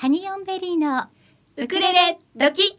ハニオンベリーのウクレレドキ。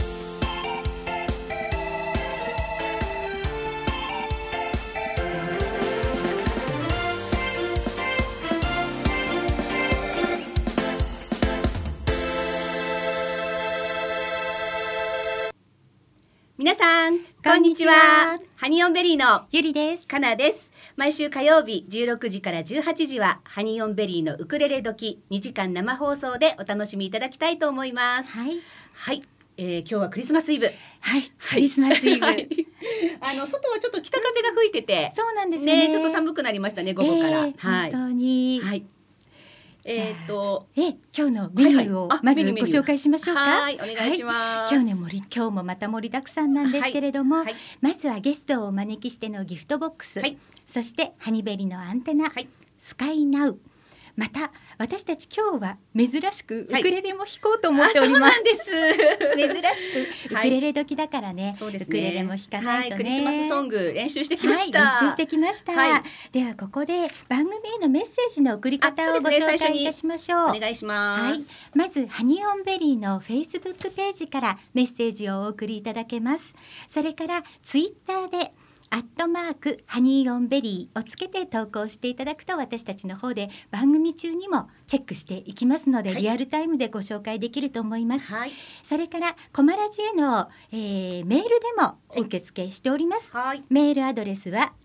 皆さんこんにちは。ハニオンベリーのゆりです。 かなです。毎週火曜日16時から18時はハニオンベリーのウクレレ時2時間生放送でお楽しみいただきたいと思います。 はい、 はい。今日はクリスマスイブ。 はい、クリスマスイブ。 はい、外はちょっと北風が吹いてて、 そうなんですね。 ちょっと寒くなりましたね、午後から。はい、 本当に。 はい。今日のメニューをまずご紹介しましょうか。 はい、お願いします。 今日もまた盛りだくさんなんですけれども、まずはゲストをお招きしてのギフトボックス、そしてハニベリのアンテナ、スカイナウ。また私たち今日は珍しくウクレレも弾こうと思っております。 です珍しくウクレレ時だからね、ウクレレも弾かないとね。 クリスマスソング練習してきました。 練習してきました。ではここで番組へのメッセージの送り方をご紹介いたしましょう。 お願いします。 まずハニオンベリーの Facebook ページからメッセージをお送りいただけます。それからツイッターでハニーオンベリーをつけて投稿していただくと、私たちの方で番組中にもチェックしていきますので、リアルタイムでご紹介できると思います。それからコマラジへの、メールでも受付しております。メールアドレスは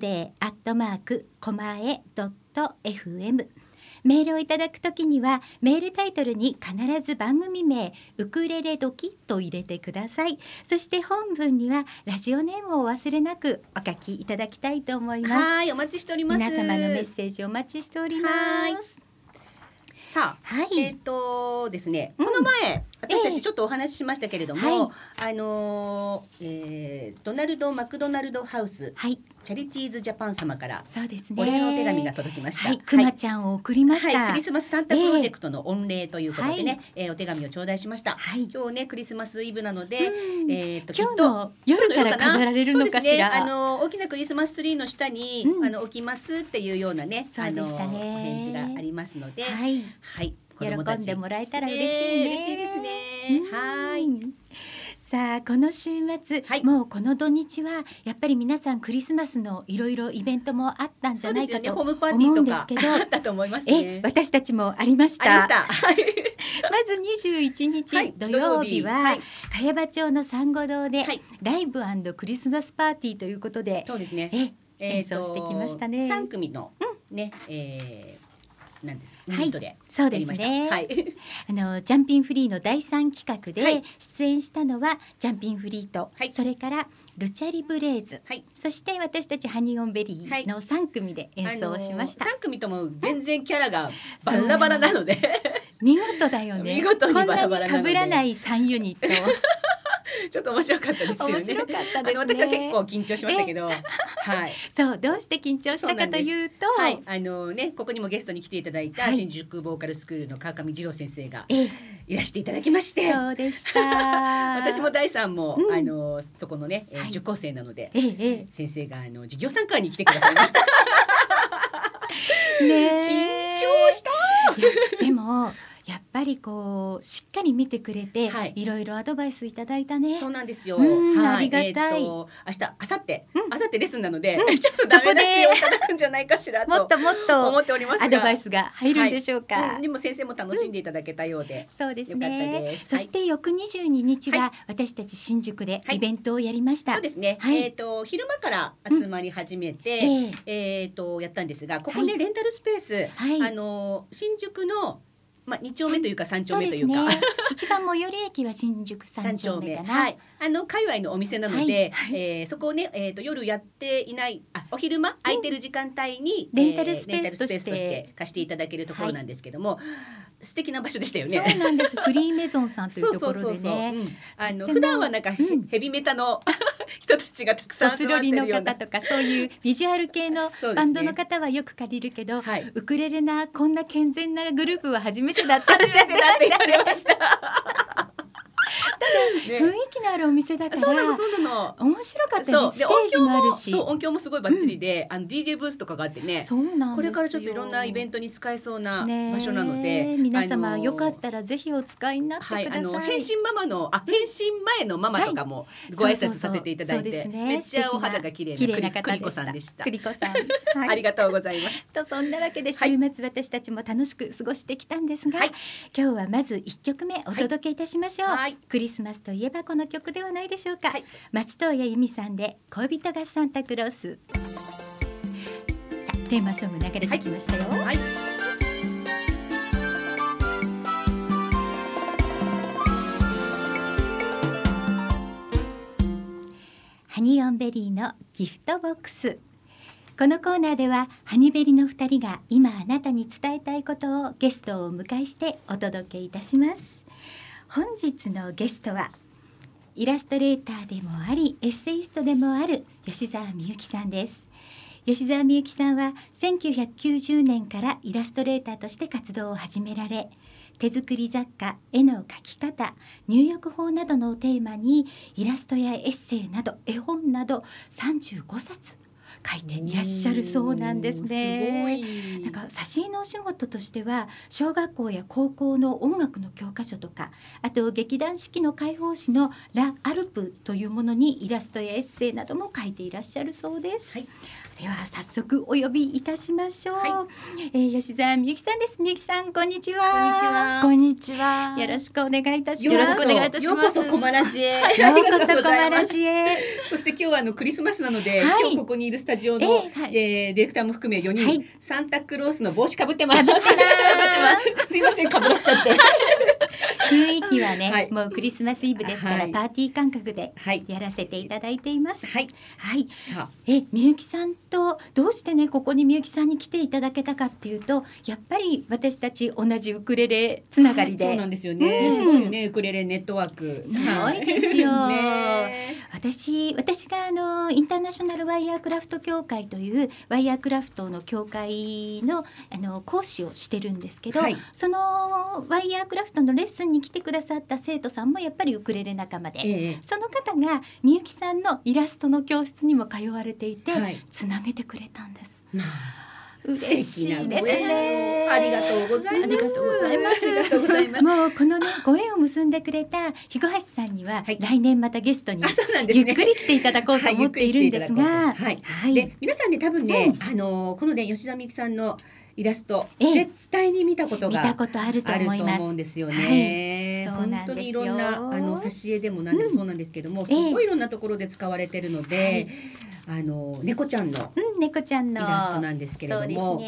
tuesday@comae.fm。メールをいただくときにはメールタイトルに必ず番組名ウクレレドキと入れてください。そして本文にはラジオネームをお忘れなくお書きいただきたいと思います。 はい、お待ちしております。 皆様のメッセージお待ちしております。 さあ、ですね、この前私たちちょっとお話ししましたけれども、ドナルド・マクドナルドハウス、チャリティーズジャパン様からお礼のお手紙が届きました。 くまちゃんを送りました。 クリスマスサンタプロジェクトの御礼ということでね、お手紙を頂戴しました。今日ねクリスマスイブなので、 今日の夜から飾られるのかしら。 大きなクリスマスツリーの下に置きますっていうようなね、お返事がありますので、 喜んでもらえたら嬉しいね。 嬉しいですね。 さあこの週末、もうこの土日はやっぱり皆さんクリスマスのいろいろイベントもあったんじゃないかと思うんですけど、私たちもありました。まず21日土曜日は茅場町のサンゴ堂でライブ&クリスマスパーティーということで演奏してきましたね。 3組のね、なんですそうですね。ジャンピンフリーの第3企画で出演したのはジャンピンフリーと、それからルチャリブレーズ、そして私たちハニオンベリーの3組で演奏しました。 3組とも全然キャラがバラバラなので見事だよね。 見事にバラバラなので、 こんなに被らない3ユニットちょっと面白かったですよね。 面白かったですね。 私は結構緊張しましたけど、 そうどうして緊張したかというと、 ここにもゲストに来ていただいた新宿ボーカルスクールの川上二郎先生がいらしていただきまして、 そうでした。 私も第3もそこのね受講生なので、先生が授業参観に来てくださいました。緊張した。 でもやっぱりこうしっかり見てくれて、いろいろアドバイスいただいたね。 そうなんですよ。 ありがたい。 明後日レッスンなので、ちょっとダメ出しをいただくんじゃないかしらともっと思っておりますが、 アドバイスが入るんでしょうか。 でも先生も楽しんでいただけたようで、 そうですよかったね。 です。 そして翌22日は私たち新宿でイベントをやりました。 そうですね。昼間から集まり始めて、やったんですが、ここねレンタルスペース、新宿の2丁目というか3丁目というか、 一番最寄り駅は新宿3丁目かな。 界隈のお店なので、そこをね、夜やっていないお昼間空いてる時間帯にレンタルスペースとして貸していただけるところなんですけども、素敵な場所でしたよね。 そうなんです。フリーメゾンさんというところでね、 普段はなんかヘビメタの人たちがたくさん集まってるような、 ソスロリの方とかそういうビジュアル系のバンドの方はよく借りるけど、ウクレレなこんな健全なグループは初めてだっておっしゃってました。だ雰囲気のあるお店だから。 そうなの。 面白かったね。ステージもあるし、 音響もすごいバッチリで、DJ ブースとかがあってね。これからちょっといろんなイベントに使えそうな場所なので、 皆様よかったらぜひお使いになってください。 変身前のママとかもご挨拶させていただいて、めっちゃお肌が綺麗なクリコさんでした。 クリコさん、 ありがとうございます。 とそんなわけで週末私たちも楽しく過ごしてきたんですが、今日はまず1曲目お届けいたしましょう。クリスマスといえばこの曲ではないでしょうか。松任谷由実さんで恋人がサンタクロース。さあ、テーマソング流れてきましたよ。ハニオンベリーのギフトボックス。このコーナーではハニベリの2人が今あなたに伝えたいことをゲストをお迎えしてお届けいたします。本日のゲストはイラストレーターでもありエッセイストでもある吉澤美幸さんです。吉澤美幸さんは1990年からイラストレーターとして活動を始められ、手作り雑貨、絵の描き方、入浴法などのテーマにイラストやエッセイなど絵本など35冊書いていらっしゃるそうなんですね。すごい。なんか挿絵のお仕事としては小学校や高校の音楽の教科書とか、あと劇団四季の開放誌のラ・アルプというものにイラストやエッセイなども書いていらっしゃるそうです。では早速お呼びいたしましょう。吉澤美幸さんです。美幸さん、こんにちは。 こんにちは。 よろしくお願いいたします。 よろしくお願いいたします。ようこそコマラジへ。 ようこそコマラジへ。 そして今日はクリスマスなので、今日ここにいるスタジオのディレクターも含め4人、サンタクロースの帽子かぶってます。すいません、かぶらしちゃって。 雰囲気はね、もうクリスマスイブですから、パーティー感覚でやらせていただいています。みゆきさんとどうしてね、ここにみゆきさんに来ていただけたかっていうと、やっぱり私たち同じウクレレつながりで、 そうなんですよね。すごいよね、ウクレレネットワーク。 すごいですよ。私がインターナショナルワイヤークラフト協会というワイヤークラフトの協会の講師をしてるんですけど、そのワイヤークラフトのレッスンに来てくださった生徒さんもやっぱりウクレレ仲間で、その方がみゆきさんのイラストの教室にも通われていて、つなげてくれたんです。嬉しいですね。 ありがとうございます。 ありがとうございます。ありがとうございます。もうこのね、ご縁を結んでくれた日越さんには、来年またゲストにゆっくり来ていただこうと思っているんですが、 で皆さんね、多分ね、このね、吉澤美幸さんのイラスト、絶対に見たことあると思います。 思うんですよね。本当にいろんな挿絵でも何でもそうなんですけども、すごいいろんなところで使われてるので、猫ちゃんのイラストなんですけれども、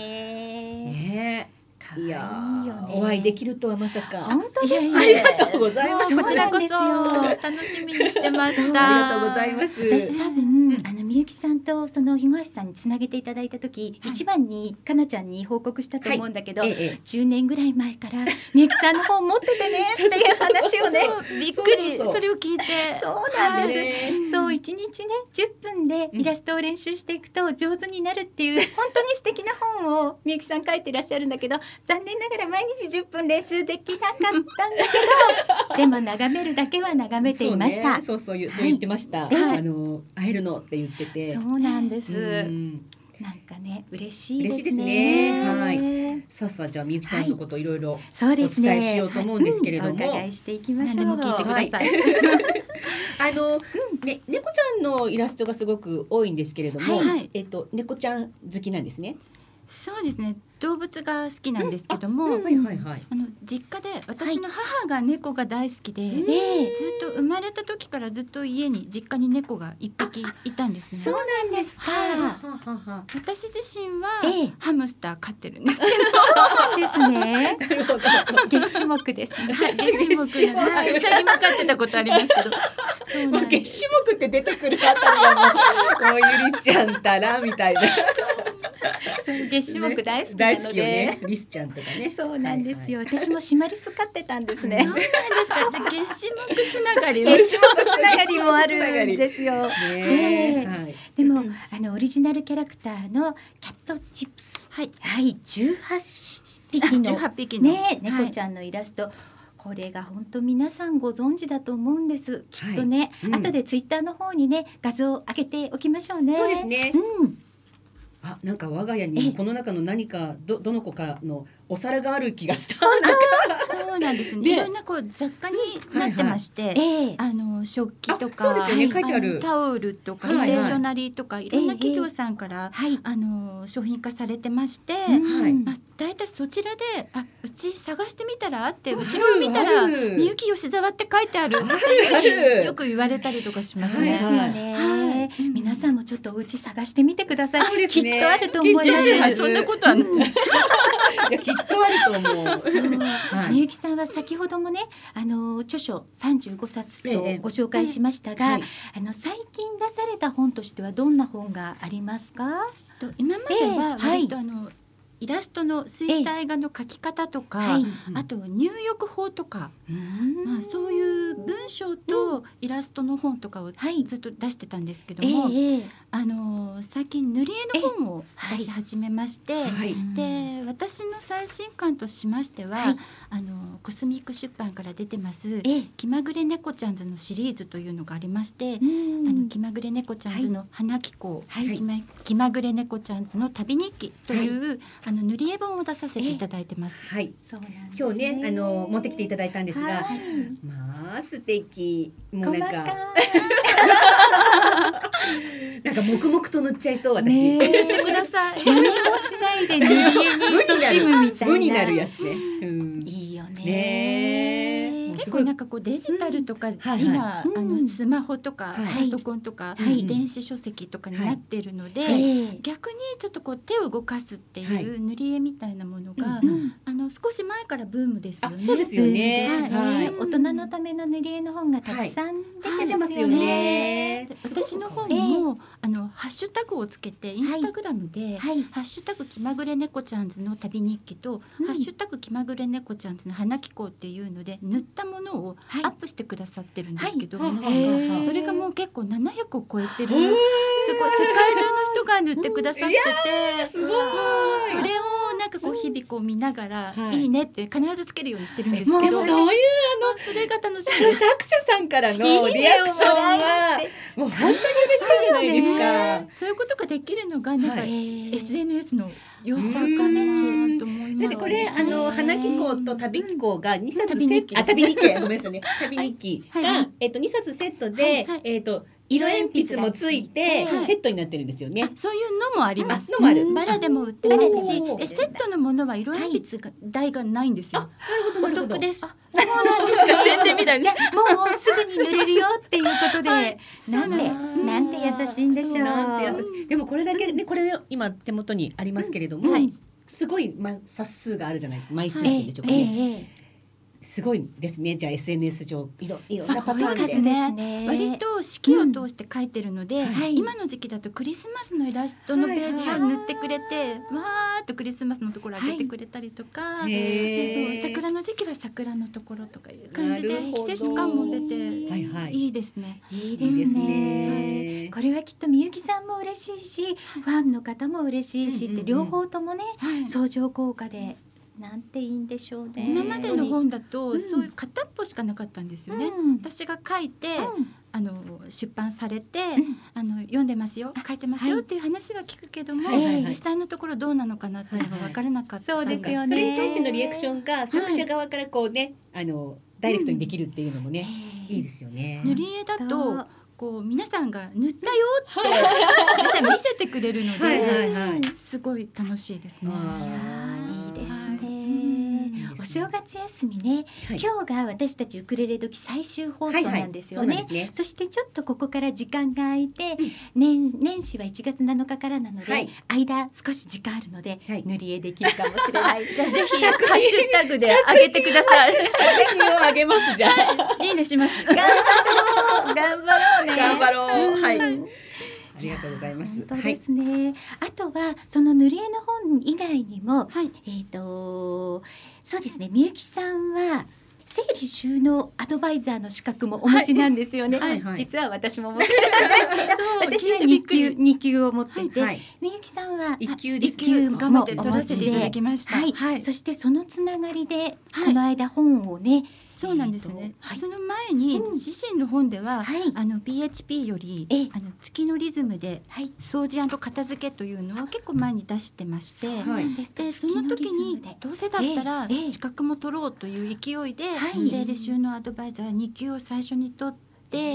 いやお会いできるとはまさか。 本当ですね。 ありがとうございます。 こちらこそ楽しみにしてました。 ありがとうございます。 私多分みゆきさんとその日越さんにつなげていただいた時、一番にかなちゃんに報告したと思うんだけど、10年ぐらい前からみゆきさんの本持っててねっていう話をね、 びっくり、それを聞いて。 そうなんです。そう、1日ね10分でイラストを練習していくと上手になるっていう本当に素敵な本をみゆきさん書いてらっしゃるんだけど、残念ながら毎日10分練習できなかったんだけどでも眺めるだけは眺めていました。 そう言ってました。会えるのって言ってて。 そうなんです。なんかね、嬉しいですね。 さあじゃあみゆきさんのこといろいろお伝えしようと思うんですけれども、 お伺いしていきましょう。 何でも聞いてください。 猫ちゃんのイラストがすごく多いんですけれども、猫ちゃん好きなんですね。 そうですね。動物が好きなんですけども、実家で私の母が猫が大好きで、ずっと生まれた時からずっと家に実家に猫が一匹いたんですね。 そうなんですか。 私自身はハムスター飼ってるんですけど、 そうですね。月種目ですね。 月種目。2人も飼ってたことありますけど、 月種目って出てくるあたりがもうゆりちゃんたらみたいな。 月種目大好き大好きよね。リスちゃんとかね。 そうなんですよ。私もシマリス飼ってたんですね。 そうなんですか。月種目つながり、 月種目つながりもあるんですよ。でもオリジナルキャラクターのキャットチップス、18匹のね猫ちゃんのイラスト。 これが本当皆さんご存知だと思うんです。きっとね、後でツイッターの方にね画像を上げておきましょうね。 そうですね。なんか我が家にこの中の何かどの子かのお皿がある気がした。 そうなんですね。いろんな雑貨になってまして、食器とか、 そうですよね、書いてあるタオルとかステーショナリーとかいろんな企業さんから商品化されてまして、だいたいそちらでうち探してみたらって後ろを見たらみゆき吉沢って書いてあるってよく言われたりとかしますね。 そうですよね。皆さんもちょっとお家探してみてください。きっとあると思います。 そんなことはない。 いやきっとあると思う。 みゆきさんは先ほどもね著書35冊とご紹介しましたが、最近出された本としてはどんな本がありますか？ 今までは割とイラストの水彩画の描き方とか、あと入浴法とか、そういう文章とイラストの本とかをずっと出してたんですけども、最近塗り絵の本を出し始めまして、で私の最新刊としましては、コスミック出版から出てます気まぐれ猫ちゃんズのシリーズというのがありまして、気まぐれ猫ちゃんズの花紀行、気まぐれ猫ちゃんズの旅日記という塗り絵本を出させていただいてます。 今日ね持ってきていただいたんですが、まあ素敵。もうなんか黙々と塗っちゃいそう私。 塗ってください。 何もしないで塗り絵に勤しむみたいな。 無になるやつね。 いいよね。 結構なんかデジタルとか今スマホとかパソコンとか電子書籍とかになってるので、逆にちょっと手を動かすっていう塗り絵みたいなものが少し前からブームですよね。 そうですよね。 大人のための塗り絵の本がたくさん出てますよね。 私の本もハッシュタグをつけてインスタグラムでハッシュタグ気まぐれ猫ちゃんズの旅日記とハッシュタグ気まぐれ猫ちゃんズの花紀行っていうので塗ったものをアップしてくださってるんですけど、皆さんがそれがもう結構700を超えてる、すごい世界中の人が塗ってくださってて、 すごい。 それをなんか日々見ながらいいねって必ずつけるようにしてるんですけど、 そういうそれが楽しみです。 作者さんからのリアクションはもう本当に嬉しいじゃないですか。 そういうことができるのがなんか SNS の良さかなと思います。 だってこれ花紀行と旅紀行が2冊セット、旅日記ごめんなさいね、旅日記が2冊セットで色鉛筆もついてセットになってるんですよね。 そういうのもあります。バラでも売ってますし、セットのものは色鉛筆が代がないんですよ。お得です。 そうなんですか。宣伝みたいな。じゃあもうすぐに塗れるよっていうことで、なんて優しいんでしょう。 なんて優しい。でもこれだけね、これ今手元にありますけれども、すごい冊数があるじゃないですか。枚数っていうんでしょうかね。すごいですね。じゃあ SNS 上いろんなパターンで。 そうですね。割と四季を通して書いてるので、今の時期だとクリスマスのイラストのページを塗ってくれて、わーっとクリスマスのところ上げてくれたりとか、桜の時期は桜のところとかいう感じで季節感も出ていいですね。 いいですね。これはきっとみゆきさんも嬉しいし、ファンの方も嬉しいしって両方ともね、相乗効果で。なんていいんでしょうね。 今までの本だとそういう片っぽしかなかったんですよね。私が書いて出版されて読んでますよ、書いてますよっていう話は聞くけども、実際のところどうなのかなっていうのが分からなかった。 そうですよね。 それに対してのリアクションが作者側からねダイレクトにできるっていうのもね、いいですよね。 塗り絵だと皆さんが塗ったよって実際見せてくれるので、すごい楽しいですね。 いいですね。お正月休みね、今日が私たちウクレレ時最終放送なんですよね。そしてちょっとここから時間が空いて、年始は1月7日からなので、間少し時間あるので塗り絵できるかもしれない。じゃあぜひハッシュタグで上げてください。 作品を上げますじゃあ。 いいねします。 頑張ろうね。 頑張ろう。はい。ありがとうございます。 本当ですね。あとはその塗り絵の本以外にも、そうですね。みゆきさんは整理収納アドバイザーの資格もお持ちなんですよね。実は私も持ってるんですけど、私は2級を持っていて、みゆきさんは 1級です。 1級頑張って取らせていただきました。 そしてそのつながりでこの間本をねそうなんですね。その前に自身の本では、PHP より月のリズムで掃除&片付けというのを結構前に出してまして、でその時にどうせだったら資格も取ろうという勢いで整理収納アドバイザー2級を最初に取って、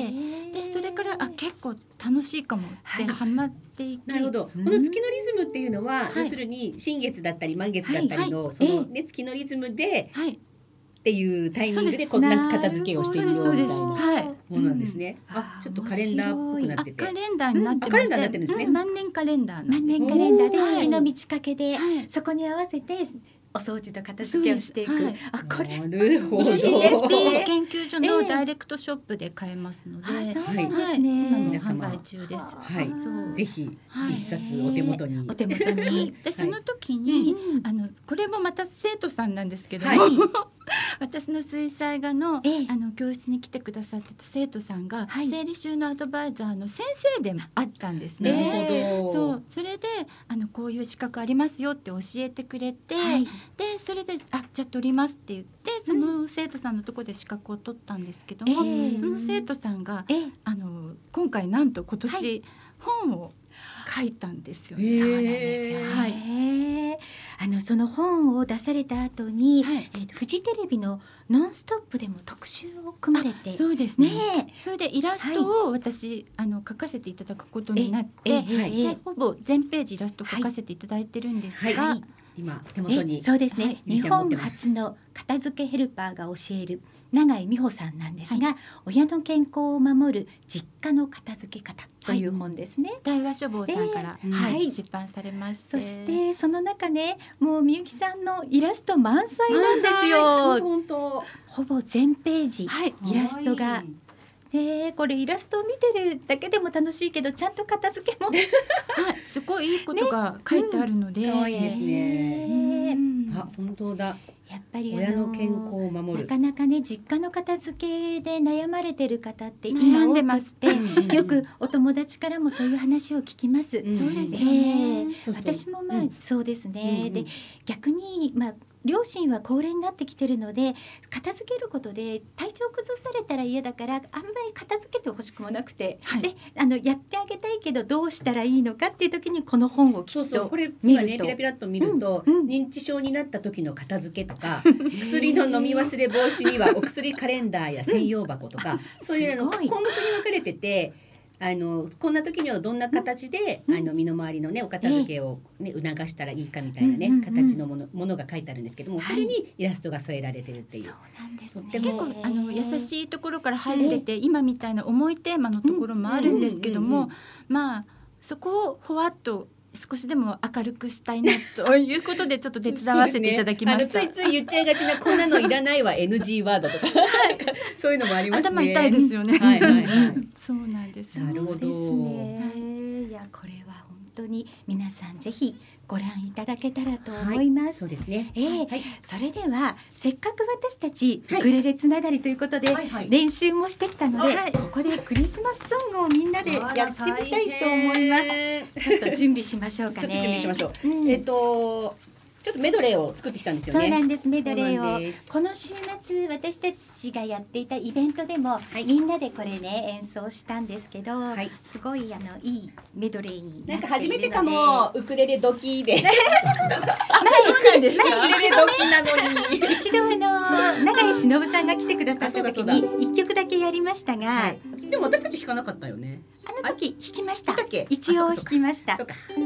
でそれから結構楽しいかもってハマっていき、 なるほど。この月のリズムっていうのは、要するに新月だったり満月だったりのそのね月のリズムでっていうタイミングでこんな片付けをしているよみたいなものなんですね。ちょっとカレンダーっぽくなってて、 カレンダーになってカレンダーになってるんですね。 万年カレンダー万年カレンダーで月の満ち欠けでそこに合わせてお掃除と片付けをしていく。 これなるほど。 PHP 研究所のダイレクトショップで買えますので、 そうなんですね。 今販売中です。 ぜひ一冊お手元に。 でその時にこれもまた生徒さんなんですけども、私の水彩画の教室に来てくださってた生徒さんが整理収納アドバイザーの先生でもあったんですね。それでこういう資格ありますよって教えてくれて、でそれでじゃあ取りますって言ってその生徒さんのところで資格を取ったんですけども、その生徒さんが今回なんと今年本を書いたんですよ。 そうなんですよ。その本を出された後に、フジテレビのノンストップでも特集を組まれて、 そうですね。それでイラストを私書かせていただくことになって、でほぼ全ページイラスト書かせていただいてるんですが、 今手元にそうですね、日本初の片付けヘルパーが教える永井美穂さんなんですが、親の健康を守る実家の片付け方という本ですね。 大和書房さんから出版されまして、 そしてその中ね、もうみゆきさんのイラスト満載なんですよ。 本当ほぼ全ページイラストが。これイラストを見てるだけでも楽しいけど、ちゃんと片付けもすごいいいことが書いてあるので、 可愛いですね。本当だ。 やっぱり親の健康を守る、 なかなかね実家の片付けで悩まれてる方って今多くってよくお友達からもそういう話を聞きます。そうですね。私もそうですね。で逆に両親は高齢になってきてるので、片付けることで体調崩されたら嫌だからあんまり片付けてほしくもなくて、でやってあげたいけどどうしたらいいのかっていう時にこの本をきっとこれ今ねピラピラっと見ると、認知症になった時の片付けとか薬の飲み忘れ防止にはお薬カレンダーや専用箱とか、そういう項目に分かれてて、こんな時にはどんな形で身の回りのねお片付けを、促したらいいかみたいなね、形のものが書いてあるんですけども、それにイラストが添えられてるっていう。 そうなんですね。 結構優しいところから入ってて、今みたいな重いテーマのところもあるんですけども、そこをふわっと少しでも明るくしたいなということでちょっと手伝わせていただきました。 ついつい言っちゃいがちなこんなのいらないは NG ワードとかそういうのもありますね。 頭痛いですよね。そうなんです。 なるほど。 いやこれは本当に皆さんぜひご覧いただけたらと思います。 そうですね。 それではせっかく私たちウクレレつながりということで練習もしてきたので、ここでクリスマスソングをみんなでやってみたいと思います。ちょっと準備しましょうかね。 準備しましょう。ちょっとメドレーを作ってきたんですよね。 そうなんです。メドレーをこの週末私たちがやっていたイベントでも、みんなでこれね演奏したんですけど、すごいいいメドレーになんか初めてかもウクレレドキで。 そうなんですか。 ウクレレドキなのに。 一度永井忍さんが来てくださった時に一曲だけやりましたが、 でも私たち弾かなかったよね。 あの時弾きました。一応弾きました。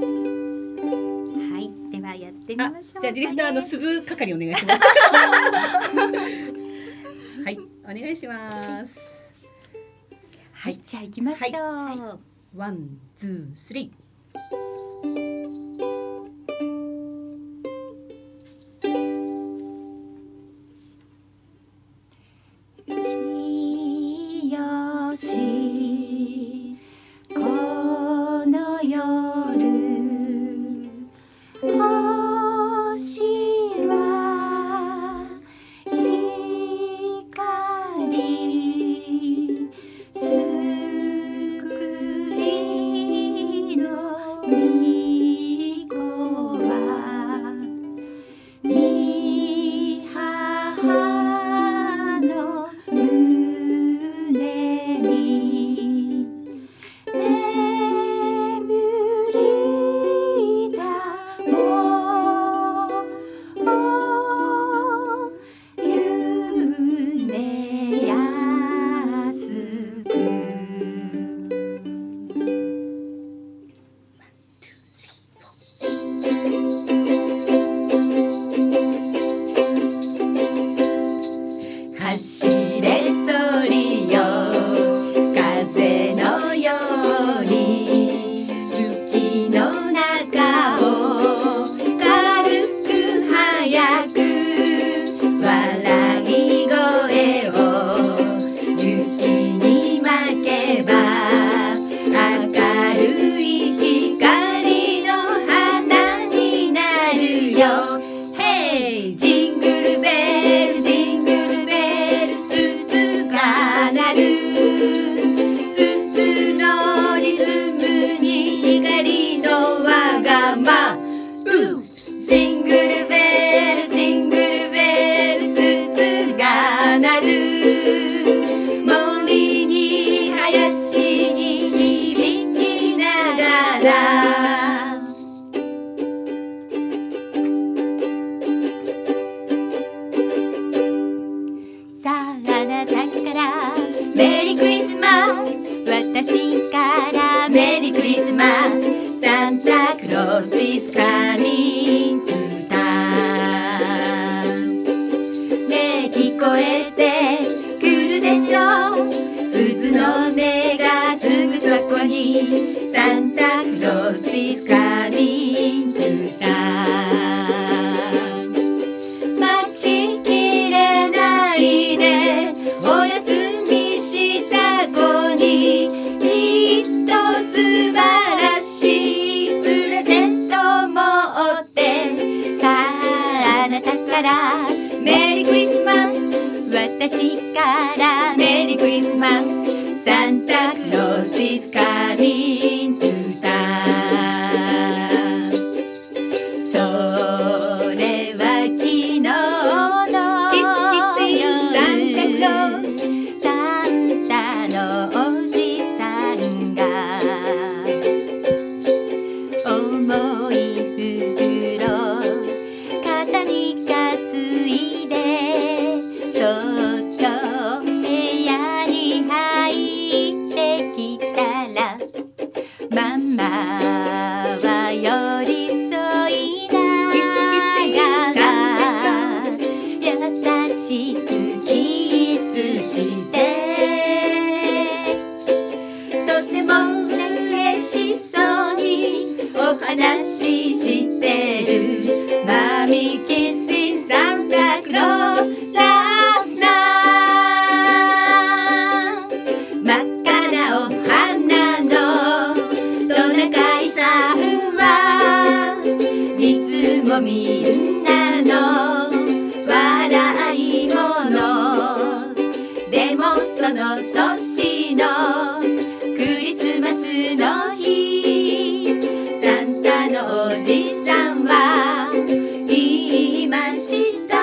ではやってみましょう。 じゃあディレクター鈴係お願いします。はい、お願いします。 はい、じゃあ行きましょう。 ワン、ツー、スリー。 走れソリよ風のように雪の中を軽く速く笑い声を雪に負けば明るい光の花になるよ。ヘイジングルベルジングルベル鈴が鳴る鈴のリズムに光のわがまジングルベルジングルベル鈴が鳴る森に林に響きながらさああなたからメリークリスマス私からメリークリスマスサンタクロース is coming to town ねえ聞こえてくるでしょ鈴の音がすぐそこにサンタクロース is coming to town 待ちきれないでおやすみした子にきっと素晴らしいプレゼント持ってさああなたからメリークリスマス私からメリークリスマスサンタクロース is coming to town それは昨日のキスキスサンタクロースサンタのおじさんが重い袋肩に担いでそっと部屋に入ってきたらママは寄り添いながら優しくキスしてとても嬉しそうにお話ししてるマミキスサンタクロースラスナ真っ赤なお花のトナカイさんはいつもみんなの笑い者でもその年のクリスマスの日サンタのおじさんは言いました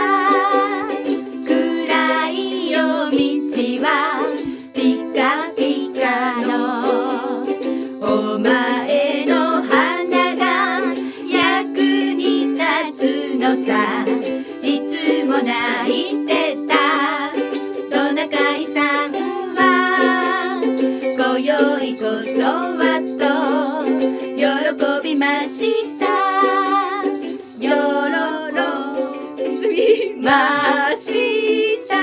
暗い夜道はピカピカのお前の花が役に立つのさいつも泣いてたトナカイさんは今宵こそはと喜びました喜びました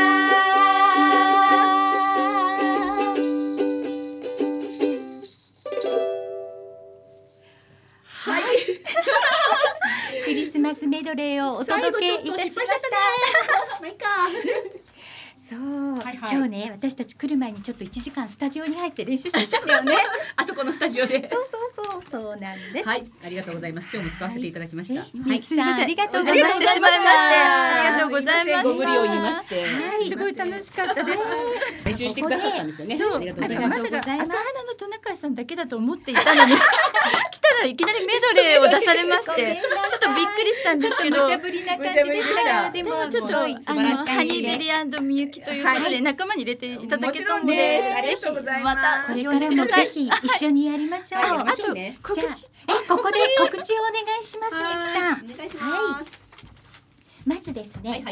はいクリスマスメドレーをお届けいたしましたまあいいかそう、今日ね私たち来る前にちょっと1時間スタジオに入って練習してたんだよねあそこのスタジオでそうなんです。 はい、ありがとうございます。今日も使わせていただきました。 はい、さんありがとうございました。 ありがとうございました。 ご無理を言いまして、 すごい楽しかったです。 練習してくださったんですよね。 そう、 ありがとうございます。 まさか赤花のトナカイさんだけだと思っていたのに来たらいきなりメドレーを出されまして、ちょっとびっくりしたんですけど、 無茶ぶりな感じでした。 でもちょっとハニーベリー&みゆきということで仲間に入れていただけたので、ぜひまたこれからもぜひ一緒にやりましょう。 あと告知。 ここで告知をお願いします、みゆきさん。 お願いします。 まずですね、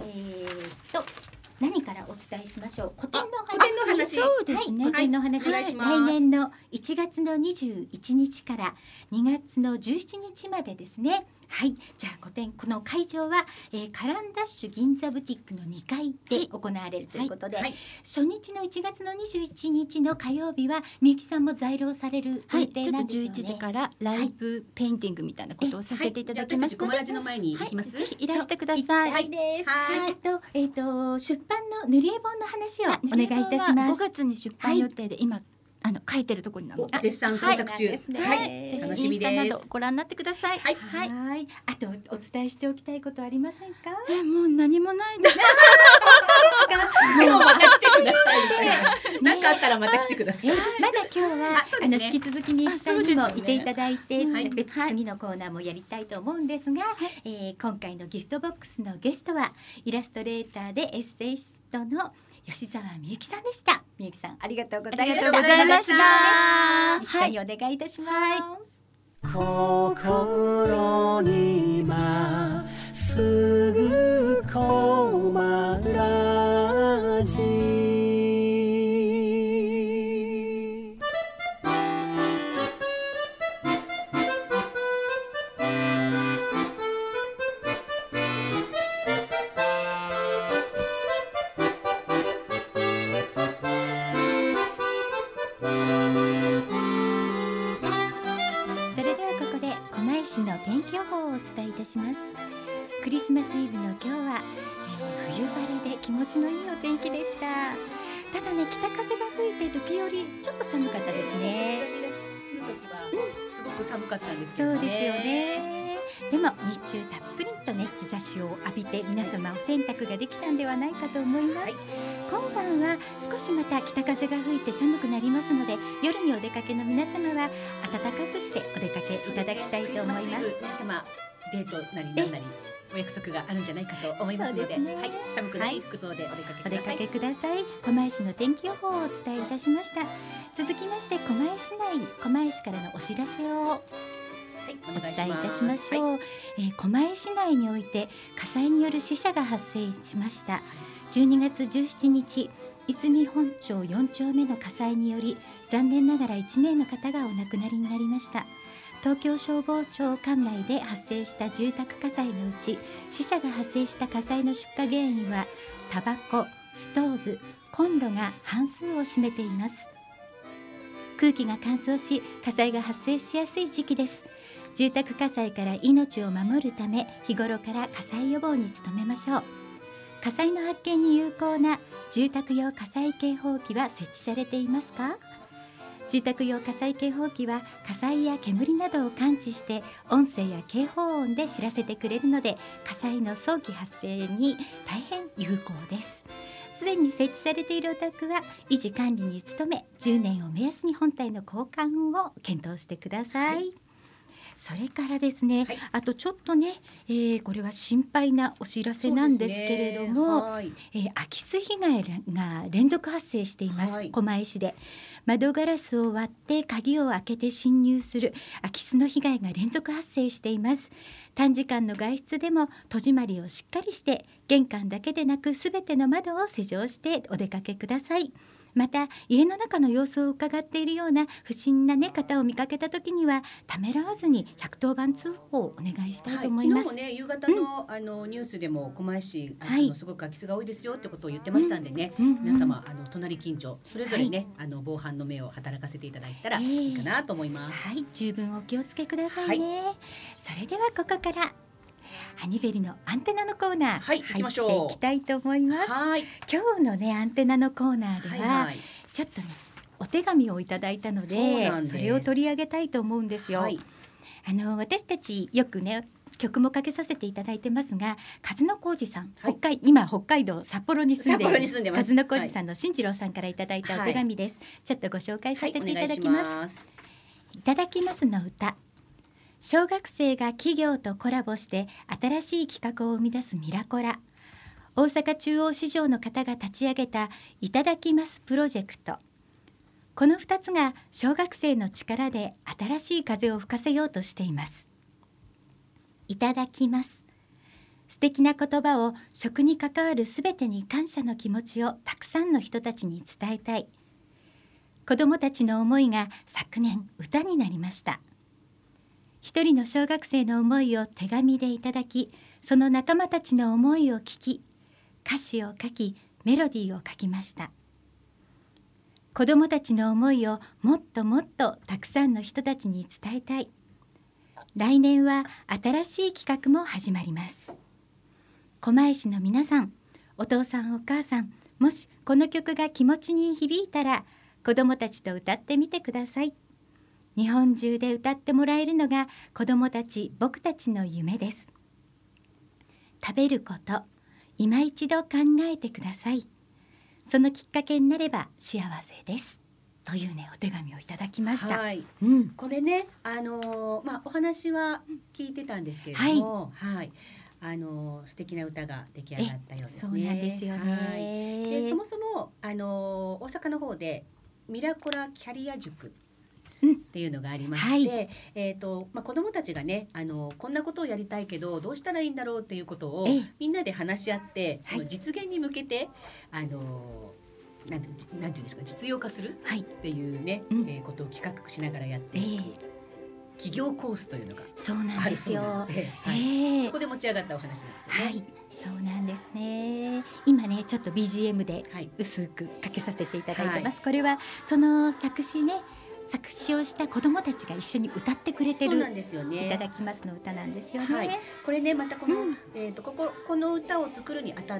何からお伝えしましょう。古典の話。 そうですね。 古典の話。来年の1月の21日から2月の17日までですね。 はい、じゃあこの会場は、カランダッシュ銀座ブティックの2階で行われるということで、初日の1月の21日の火曜日はみゆきさんも在廊される予定なんですよね。 ちょっと11時からライブペインティングみたいなことをさせていただきますので、 私たちコマラジの前に行きます。 ぜひいらしてください。 はいです。出版の塗り絵本の話をお願いいたします。 5月に出版予定で今書いてるところなので絶賛制作中。楽しみです。 などご覧になってください。 はい。あとお伝えしておきたいことありませんか？ もう何もないです。 もうまた来てください。何かあったらまた来てください。 まだ今日は引き続きみゆきさんにもいていただいて、次のコーナーもやりたいと思うんですが、今回のギフトボックスのゲストはイラストレーターでエッセイストの吉澤みゆきさんでした。みゆきさんありがとうございました。一緒にお願いいたします。 心にまっすぐコマラジ。 の天気予報をお伝えいたします。クリスマスイブの今日は、冬晴れで気持ちのいいお天気でした。ただね、北風が吹いて時折ちょっと寒かったですね。 すごく寒かったんですよね。 そうですよね。でも日中たっぷりとね日差しを浴びて皆様お洗濯ができたんではないかと思います。今晩は少しまた北風が吹いて寒くなりますので、夜にお出かけの皆様は暖かくしてお出かけいただきたいと思います。 皆様デートなりなんなりお約束があるんじゃないかと思いますので、寒くない服装でお出かけください。 狛江市の天気予報をお伝えいたしました。続きまして狛江市からのお知らせをお伝えいたしましょう。狛江市内において火災による死者が発生しました。12月17日、泉本町4丁目の火災により残念ながら1名の方がお亡くなりになりました。東京消防庁管内で発生した住宅火災のうち、死者が発生した火災の出火原因はタバコ、ストーブ、コンロが半数を占めています。空気が乾燥し火災が発生しやすい時期です。住宅火災から命を守るため、日頃から火災予防に努めましょう。火災の発見に有効な住宅用火災警報器は設置されていますか？住宅用火災警報器は火災や煙などを感知して音声や警報音で知らせてくれるので、火災の早期発生に大変有効です。すでに設置されているお宅は維持管理に努め、10年を目安に本体の交換を検討してください。それからですね、あとちょっとね、これは心配なお知らせなんですけれども、空き巣被害が連続発生しています。狛江市で窓ガラスを割って鍵を開けて侵入する空き巣の被害が連続発生しています。短時間の外出でも戸締まりをしっかりして、玄関だけでなくすべての窓を施錠してお出かけください。また家の中の様子を伺っているような不審な、方を見かけた時にはためらわずに110番通報をお願いしたいと思います。 昨日もね、夕方の、ニュースでも狛江市すごく空き巣が多いですよってことを言ってましたんでね、皆様隣近所それぞれね、防犯の目を働かせていただいたらいいかなと思います。 十分お気をつけくださいね。それではここからハニベリのアンテナのコーナー、入っていきたいと思います。今日のねアンテナのコーナーでは、ちょっとねお手紙をいただいたので、それを取り上げたいと思うんですよ。私たちよくね曲もかけさせていただいてますが、数野浩二さん、今北海道札幌に住んでいる数野浩二さんの進次郎さんからいただいたお手紙です。ちょっとご紹介させていただきます。いただきますの歌。小学生が企業とコラボして新しい企画を生み出すミラコラ。大阪中央市場の方が立ち上げたいただきますプロジェクト。この2つが小学生の力で新しい風を吹かせようとしています。いただきます。素敵な言葉を食に関わるすべてに感謝の気持ちをたくさんの人たちに伝えたい。子どもたちの思いが昨年歌になりました。 一人の小学生の思いを手紙でいただき、その仲間たちの思いを聞き、歌詞を書き、メロディーを書きました。子どもたちの思いをもっともっとたくさんの人たちに伝えたい。来年は新しい企画も始まります。狛江市の皆さん、お父さんお母さん、もしこの曲が気持ちに響いたら、子どもたちと歌ってみてください。日本中で歌ってもらえるのが子どもたち、僕たちの夢です。食べること、今一度考えてください。そのきっかけになれば幸せです。というね、お手紙をいただきました。 はい、これね、お話は聞いてたんですけれども、はい、素敵な歌が出来上がったようですね。 そうなんですよね。 で、そもそも大阪の方でミラコラキャリア塾っていうのがありまして、子どもたちがね、こんなことをやりたいけどどうしたらいいんだろうっていうことをみんなで話し合って、その実現に向けてなんていうんですか、実用化するっていうね、ことを企画しながらやっていく、企業コースというのがあるそうなんですよ。そこで持ち上がったお話なんですよね。 そうなんですね。今ね、ちょっと BGM で薄くかけさせていただいてます。これはその作詞をした子どもたちが一緒に歌ってくれてる、そうなんですよね、いただきますの歌なんですよね。 これね、またこの、この歌を作るにあたって、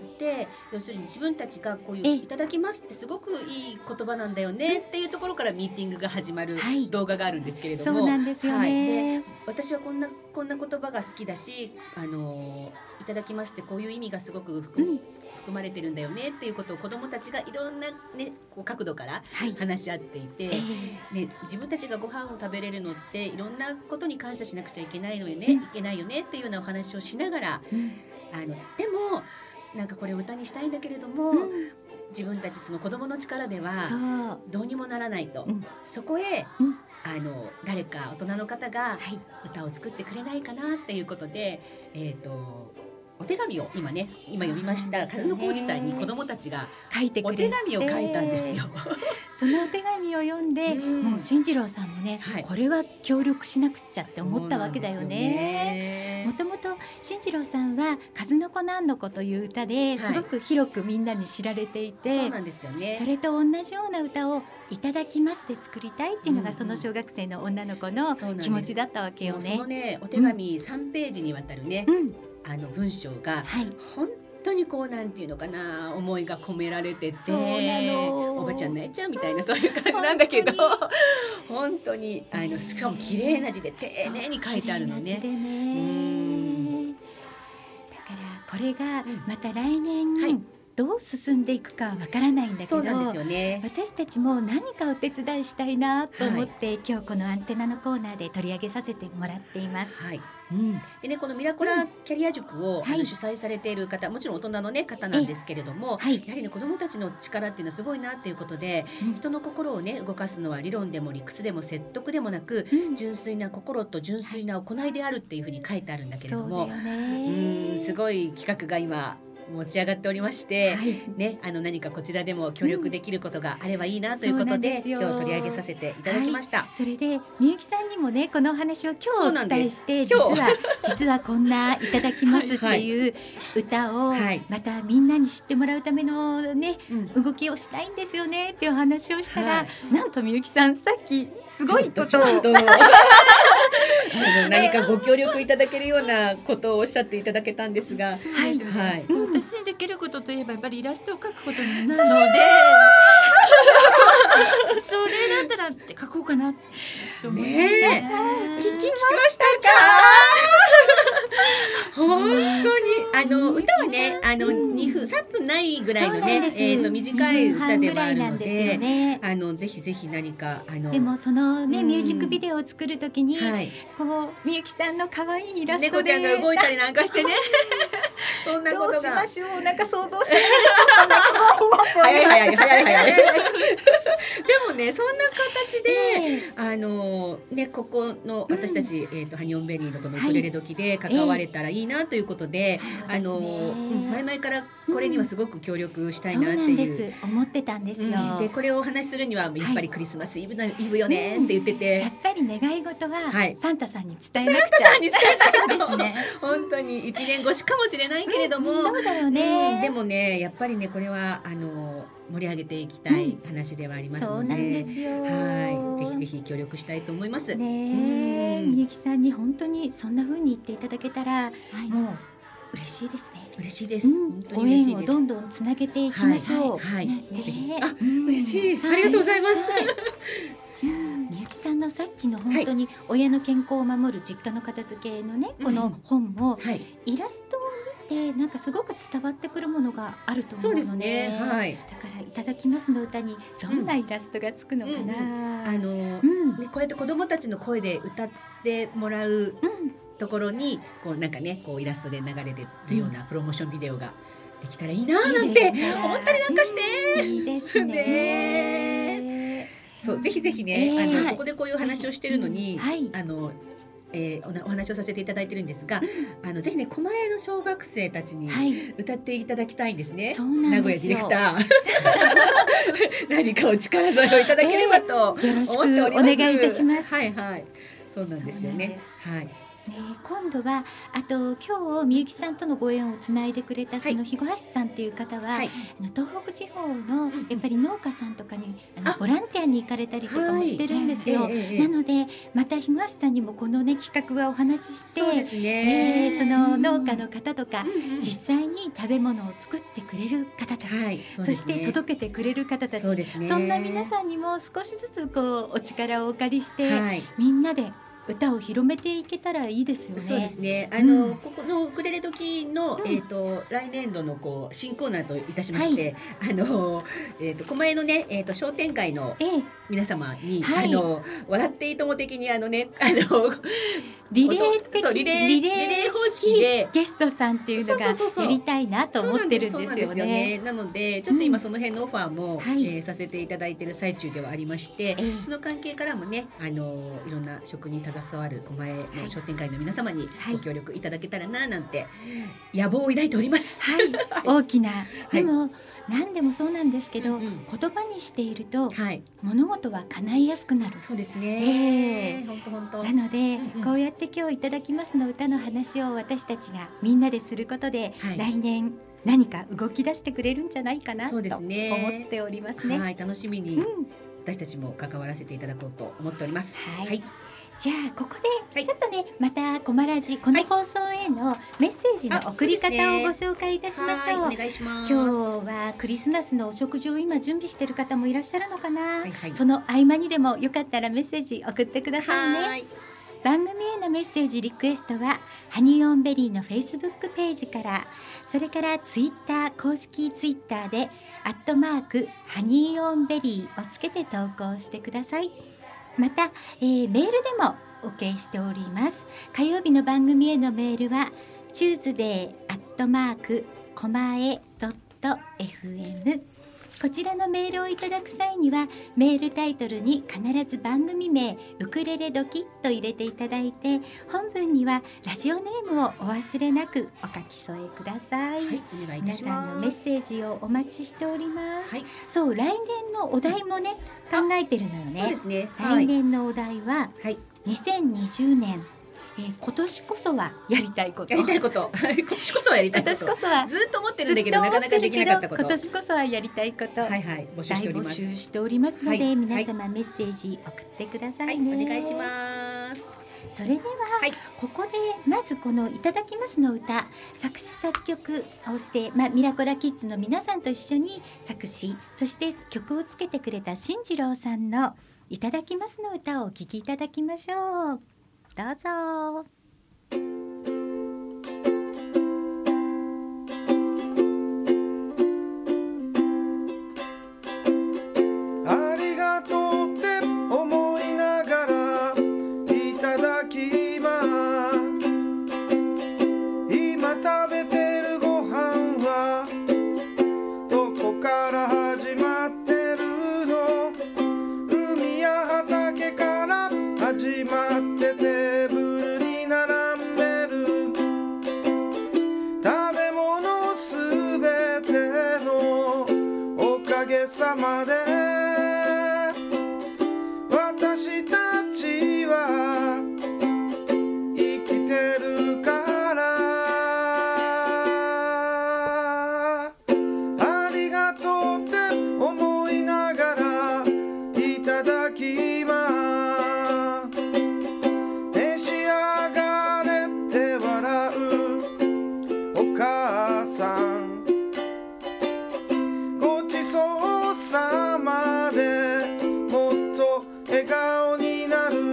要するに自分たちがこういういただきますってすごくいい言葉なんだよねっていうところからミーティングが始まる動画があるんですけれども、 そうなんですよね。 で、私はこんな言葉が好きだし、いただきますってこういう意味がすごく含まれてるんだよねっていうことを子どもたちがいろんな、ね、こう角度から話し合っていて、自分たちがご飯を食べれるのっていろんなことに感謝しなくちゃいけないのよね、いけないよねっていうようなお話をしながら、でもなんかこれを歌にしたいんだけれども、自分たちその子どもの力ではどうにもならないと、そこへ誰か大人の方が歌を作ってくれないかなっていうことで、お手紙を今読みました数の浩二さんに子どもたちがお手紙を書いたんですよ。 そのお手紙を読んで、もう進次郎さんもね、これは協力しなくっちゃって思ったわけだよね。もともと進次郎さんは数の子なんの子という歌ですごく広くみんなに知られていて、 そうなんですよね。 それと同じような歌をいただきますで作りたいっていうのが、その小学生の女の子の気持ちだったわけよね。 そのね、お手紙3ページにわたるね、文章が本当にこう、なんていうのかな、思いが込められてて、おばちゃん泣いちゃうみたいな、そういう感じなんだけど、本当にしかも綺麗な字で丁寧に書いてあるのね。 だからこれがまた来年、どう進んでいくかわからないんだけど、 そうなんですよね。 私たちも何かお手伝いしたいなと思って、今日このアンテナのコーナーで取り上げさせてもらっています。 でね、このミラコラキャリア塾を、主催されている方、もちろん大人の、ね、方なんですけれども、やはりね、子どもたちの力っていうのはすごいなっていうことで、人の心をね動かすのは理論でも理屈でも説得でもなく、純粋な心と純粋な行いであるっていうふうに書いてあるんだけれども、すごい企画が今持ち上がっておりまして、ね、何かこちらでも協力できることがあればいいなということで、今日取り上げさせていただきました。 それでみゆきさんにもね、このお話を今日お伝えして、実はこんないただきますっていう歌をまたみんなに知ってもらうためのね、動きをしたいんですよねっていうお話をしたら、なんとみゆきさんさっきすごいことを何かご協力いただけるようなことをおっしゃっていただけたんですが、 私にできることといえばやっぱりイラストを描くことになるのでそれだったらって描こうかなと思いました。 聞きましたか？本当に歌はね、2分3分ないぐらいのね、短い歌ではあるので、ぜひぜひ何かでもそのね、ミュージックビデオを作るときに、こうみゆきさんの可愛いイラストで猫ちゃんが動いたりなんかしてねそんなことがどうしましょう、なんか想像して早いでもね、そんな形でね、ここの私たちハニオンベリーのこのウクレレ時で関われたらいいなということで、前々からこれにはすごく協力したいなっていう思ってたんですよ。 でこれをお話しするにはやっぱりクリスマスイブよねって言ってて、 やっぱり願い事はサンタさんに伝えなくちゃ。サンタさんに伝えなくちゃ。そうですね。 本当に1年越しかもしれないけれども、 そうだよね。 でもねやっぱりねこれは盛り上げていきたい話ではありますので、 そうなんですよ。 はい、ぜひぜひ協力したいと思います。 ね、みゆきさんに本当にそんな風に言っていただけたら、もう嬉しいですね。 嬉しいです。 ご縁をどんどんつなげていきましょう。 はい。ぜひ。嬉しい。ありがとうございます。 みゆきさんのさっきの本当に親の健康を守る実家の片付けのねこの本もイラストを見てなんかすごく伝わってくるものがあると思うので、だからいただきますの歌にどんなイラストがつくのかな。 こうやって子どもたちの声で歌ってもらうところにこうなんかねこうイラストで流れてるようなプロモーションビデオができたらいいななんて思ったりなんかして。 いいですね。 そうぜひぜひねここでこういう話をしてるのにお話をさせていただいてるんですが、ぜひね狛江の小学生たちに歌っていただきたいんですね。名古屋ディレクター何かお力添えをいただければと思っております。 よろしくお願いいたします。 はいはい、そうなんですよね。はい。 今度は今日みゆきさんとのご縁をつないでくれたその日越さんという方は、東北地方のやっぱり農家さんとかにボランティアに行かれたりとかもしてるんですよ。なのでまた日越さんにもこのね企画はお話しして、その農家の方とか実際に食べ物を作ってくれる方たち、そして届けてくれる方たち、そんな皆さんにも少しずつこうお力をお借りして、みんなで歌を広めていけたらいいですよね。 そうですね。ここのウクレレ時の来年度のこう新コーナーといたしまして、狛江のね商店街の皆様に笑っていいとも的にリレー方式でゲストさんっていうのがやりたいなと思ってるんですよね。 なのでちょっと今その辺のオファーもさせていただいている最中ではありまして、その関係からもねいろんな職に携わる狛江の商店街の皆様にご協力いただけたらななんて野望を抱いております。 大きなでも何でもそうなんですけど、言葉にしていると物事は叶いやすくなる。 そうですね。本当。 なのでこうやって今日いただきますの歌の話を私たちがみんなですることで、来年何か動き出してくれるんじゃないかなと思っておりますね。 楽しみに私たちも関わらせていただこうと思っております。 じゃあここでちょっとね、またコマラジこの放送へのメッセージの送り方をご紹介いたしましょう。 お願いします。 今日はクリスマスのお食事を今準備している方もいらっしゃるのかな。その合間にでもよかったらメッセージ送ってくださいね。番組へのメッセージリクエストはハニーオンベリーのフェイスブックページから、それからツイッター公式ツイッターで@ハニーオンベリーをつけて投稿してください。また、メールでも OK しております。火曜日の番組へのメールは tuesday@komae.fm こちらのメールをいただく際にはメールタイトルに必ず番組名ウクレレドキと入れていただいて、本文にはラジオネームをお忘れなくお書き添えください。 お願いいたします。 皆さんのメッセージをお待ちしております。そう来年のお題もね、考えてるのよね。 そうですね。 来年のお題は、2020年今年こそはやりたいこと。 今年こそはやりたいこと。 今年こそはずっと思ってるんだけどなかなかできなかったこと。 今年こそはやりたいこと。 募集しております。 大募集しておりますので、皆様メッセージ送ってくださいね。 お願いします。 それでは、ここでまずこのいただきますの歌、作詞作曲をして、ミラコラキッズの皆さんと一緒に作詞、そして曲をつけてくれた進次郎さんのいただきますの歌をお聴きいただきましょう。どうぞ。 ありがとうって思いながらいただきます。今食べてるご飯はどこから始まってるの？海や畑から始まってテーブルに並んで朝まで私たちは生きてるからありがとうって思いながらいただきます召し上がれって笑うお母さんごちそうさまでもっと笑顔になる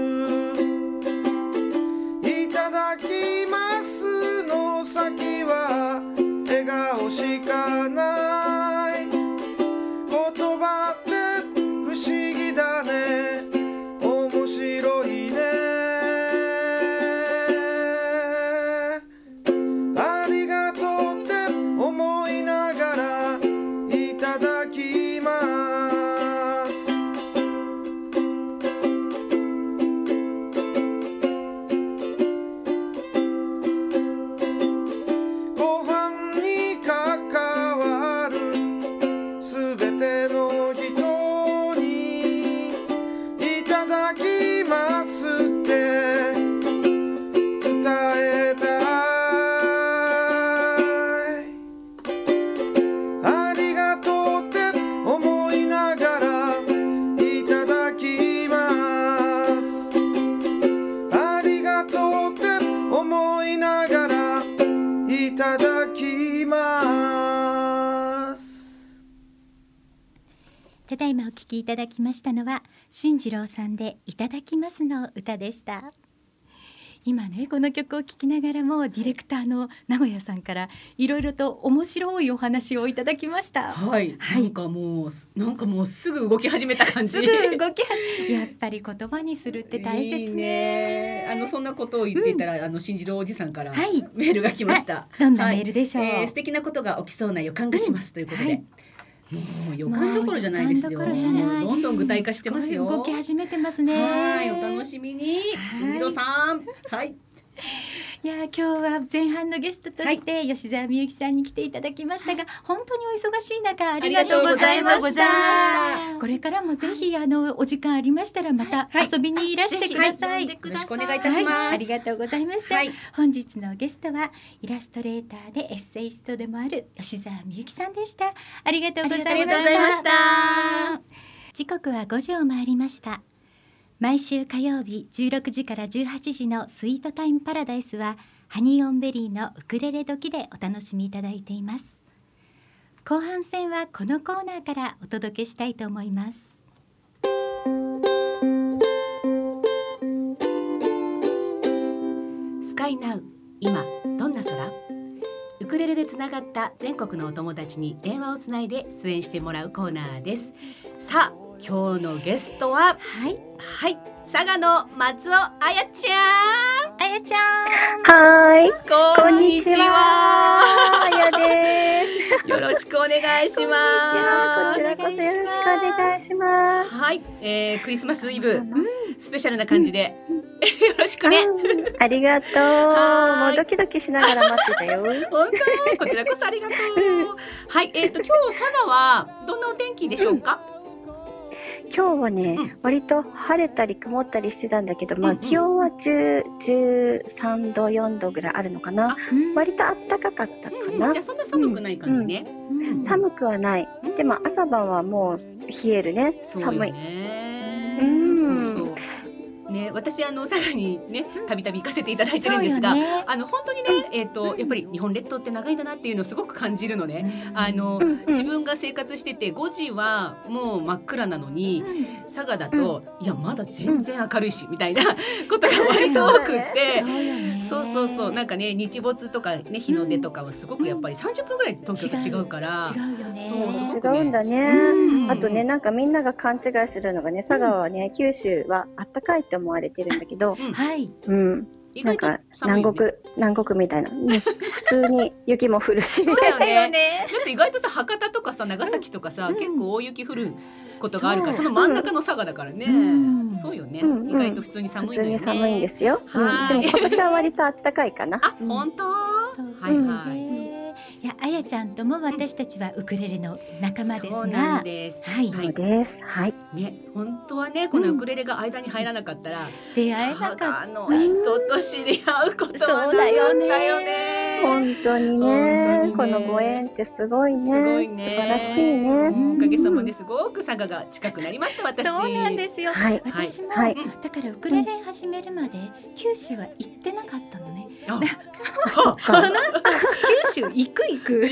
いただきますの先は笑顔しかない言葉って不思議だね面白いねありがとうって思いながらいただきますご飯に関わるすべての人にいただきますって伝えたいありがとうって思いながらいただきますありがとうって思いながらいただきますただいまお聞きいただきましたのは進次郎さんでいただきますの歌でした。今ねこの曲を聴きながらもディレクターの名古屋さんからいろいろと面白いお話をいただきました。 はい、なんかもうすぐ動き始めた感じ。 すぐ動きやっぱり言葉にするって大切ね。 いいね。そんなことを言っていたら、進次郎おじさんからはいメールが来ました。 どんなメールでしょう。 素敵なことが起きそうな予感がします、ということで。もう予感どころじゃないですよ。 もう予感どころじゃないどんどん具体化してますよ。 動き始めてますね。 はい、お楽しみに。進次郎さん。はい。 いや今日は前半のゲストとして吉澤美幸さんに来ていただきましたが、本当にお忙しい中ありがとうございました。これからもぜひお時間ありましたらまた遊びにいらしてください。 よろしくお願いいたします。 ありがとうございました。本日のゲストはイラストレーターでエッセイストでもある吉澤美幸さんでした。ありがとうございました。時刻は5時を回りました。毎週火曜日16時から18時のスイートタイムパラダイスはハニーオンベリーのウクレレ時でお楽しみいただいています。後半戦はこのコーナーからお届けしたいと思います。 スカイナウ今どんな空？ウクレレでつながった全国のお友達に電話をつないで出演してもらうコーナーです。さあ今日のゲストは佐賀の松尾あやちゃん。 あやちゃん。 はい。 こんにちは。 あやです。 よろしくお願いします。 こちらこそよろしくお願いします。 はい。クリスマスイブ、スペシャルな感じで、よろしくね。 ありがとう。もうドキドキしながら待ってたよ。 本当。こちらこそありがとう。はい。今日佐賀はどんなお天気でしょうか。 今日はね、割と晴れたり曇ったりしてたんだけど、気温は13度4度ぐらいあるのかな。割と暖かかったかな。 じゃあそんな寒くない感じね。 寒くはない。でも朝晩はもう冷えるね。寒い。 そうそう。ね、私佐賀にねたびたび行かせていただいてるんですが、本当にねやっぱり日本列島って長いんだなっていうのをすごく感じるのね。自分が生活してて5時はもう真っ暗なのに、佐賀だといやまだ全然明るいしみたいなことが割と多くって、そうなんかね日没とかね日の出とかはすごくやっぱり30分ぐらい東京と違うから違うんだね。あとねなんかみんなが勘違いするのがね、佐賀はね九州はあったかいって思われてるんだけど、なんか南国みたいな、普通に雪も降るし。 そうだよね。だって意外とさ博多とかさ長崎とかさ、結構大雪降ることがあるから、その真ん中の佐賀だからね。そうよね。意外と普通に寒いんだよね。 普通に寒いんですよ。でも今年は割とあったかいかな。 あ、本当。はいはい。 いや、あやちゃんとも私たちはウクレレの仲間ですが、 そうなんです。 はい、そうです。はい。 ね、本当はね、このウクレレが間に入らなかったら、 出会えなかった。 佐賀の人と知り合うことはなかったよね。 本当にね、このご縁ってすごいね。すごいね。素晴らしいね。 おかげさまですごく佐賀が近くなりました。私。 そうなんですよ。はい、私も、だからウクレレ始めるまで九州は行ってなかったのね。九州行く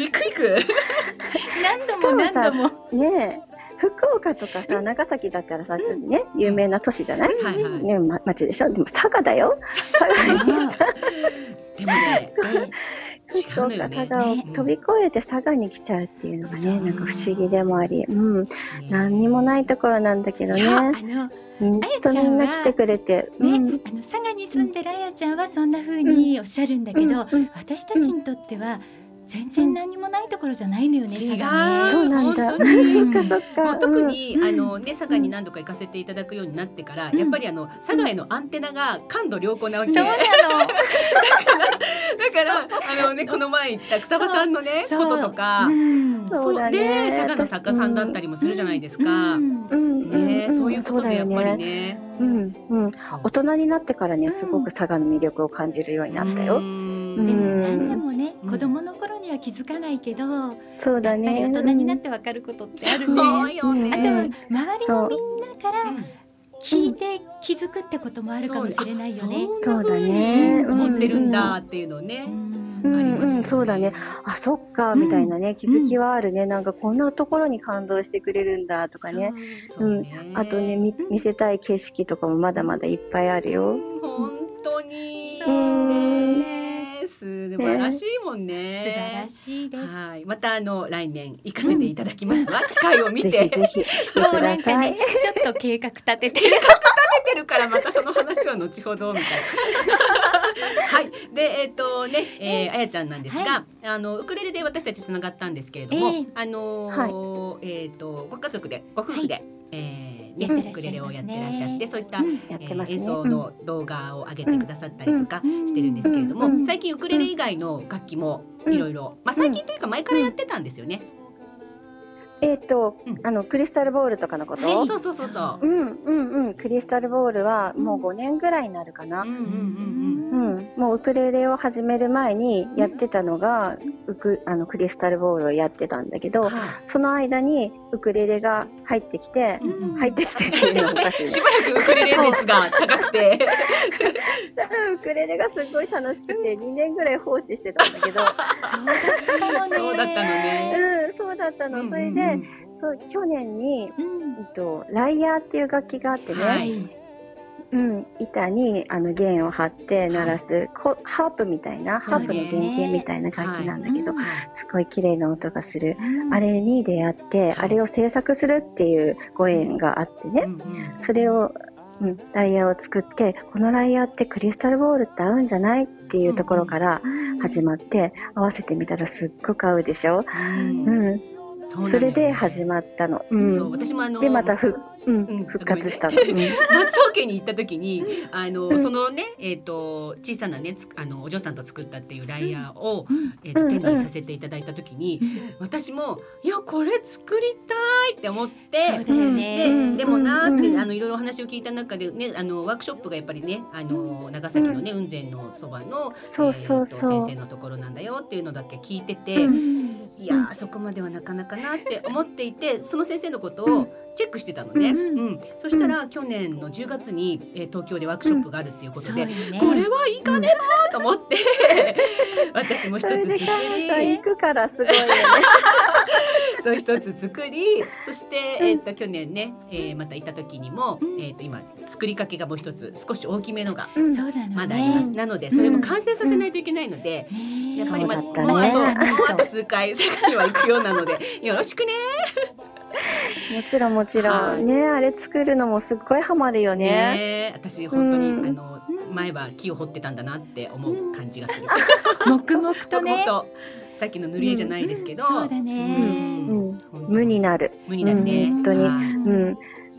何度もね。 福岡とかさ、長崎だったらさ、ちょっとね、有名な都市じゃない？ね、町でしょ。でも佐賀だよ。佐賀に。 でもね。 福岡、佐賀を飛び越えて佐賀に来ちゃうっていうのがね、なんか不思議でもあり、何にもないところなんだけどね。本当みんな来てくれて、 佐賀に住んでるあやちゃんはそんな風におっしゃるんだけど、私たちにとっては全然何もないところじゃないのよね。 違う。 そうなんだ。そっかそっか。 特に佐賀に何度か行かせていただくようになってから、やっぱり佐賀へのアンテナが感度良好なわけ。 そうなの。 だからこの前行った草場さんのねこととか、そうね、佐賀の作家さんだったりもするじゃないですか。ね、そういうことでやっぱりね。 大人になってからね、すごく佐賀の魅力を感じるようになったよ。でも何でもね、子供の頃には気づかないけど、 そうだね。 大人になってわかることってあるね。あとは周りのみんなから聞いて気づくってこともあるかもしれないよね。 そうだね。 知ってるんだっていうのね。 そうだね。あ、そっかみたいなね、気づきはあるね。なんかこんなところに感動してくれるんだとかね。あとね、見せたい景色とかもまだまだいっぱいあるよ。 本当に。素晴らしいもんね。 素晴らしいです。 はい、また来年行かせていただきますわ。機会を見て。 ぜひぜひ来てください。 ちょっと計画立ててるからまたその話は後ほどみたいな。はい。であやちゃんなんですが、ウクレレで私たちつながったんですけれども、ご家族でご夫婦で。ウクレレをやってらっしゃって、そういった演奏の動画を上げてくださったりとかしてるんですけれども、最近ウクレレ以外の楽器もいろいろ、最近というか前からやってたんですよね。 クリスタルボールとかのこと？ そうそう。 クリスタルボールはもう5年ぐらいになるかな。もうウクレレを始める前にやってたのがクリスタルボールをやってたんだけど、その間にウクレレが入ってきてっていうのがおかしいね。 しばらくウクレレ熱が高くてしたらウクレレがすごい楽しくて2年ぐらい放置してたんだけどそうだったのね。 そうだったの。それで去年にライヤーっていう楽器があってね、板に弦を張って鳴らすハープみたいな、ハープの原型みたいな楽器なんだけど、すごい綺麗な音がする、あれに出会って、あれを制作するっていうご縁があってね、それをライヤーを作って、このライヤーってクリスタルボールって合うんじゃないっていうところから始まって、合わせてみたらすっごく合うでしょ。それで始まったの。 私もでまた復活したの。松尾家に行った時にそのね小さなねお嬢さんと作ったっていうライヤーを手にさせていただいた時に、私もいやこれ作りたいって思って、でもなっていろいろお話を聞いた中でね、ワークショップがやっぱりね長崎のね雲仙のそばの先生のところなんだよっていうのだけ聞いてて、いやそこまではなかなかなって思っていて、その先生のことをチェックしてたのね。そしたら去年の10月に東京でワークショップがあるっていうことで、これはいいかねなと思って私も一つ作り、 行くからすごいよねそう一つ作り、そして去年ねまた行った時にも今作りかけがもう一つ少し大きめのがまだあります。なのでそれも完成させないといけないので、やっぱりもうあと数回世界には行くようなのでよろしくね。 もちろんね、あれ作るのもすっごいハマるよね。 私本当に前は木を掘ってたんだなって思う感じがする。 黙々とね。 さっきの塗り絵じゃないですけど、 そうだね。 無になる。 ね。 本当に。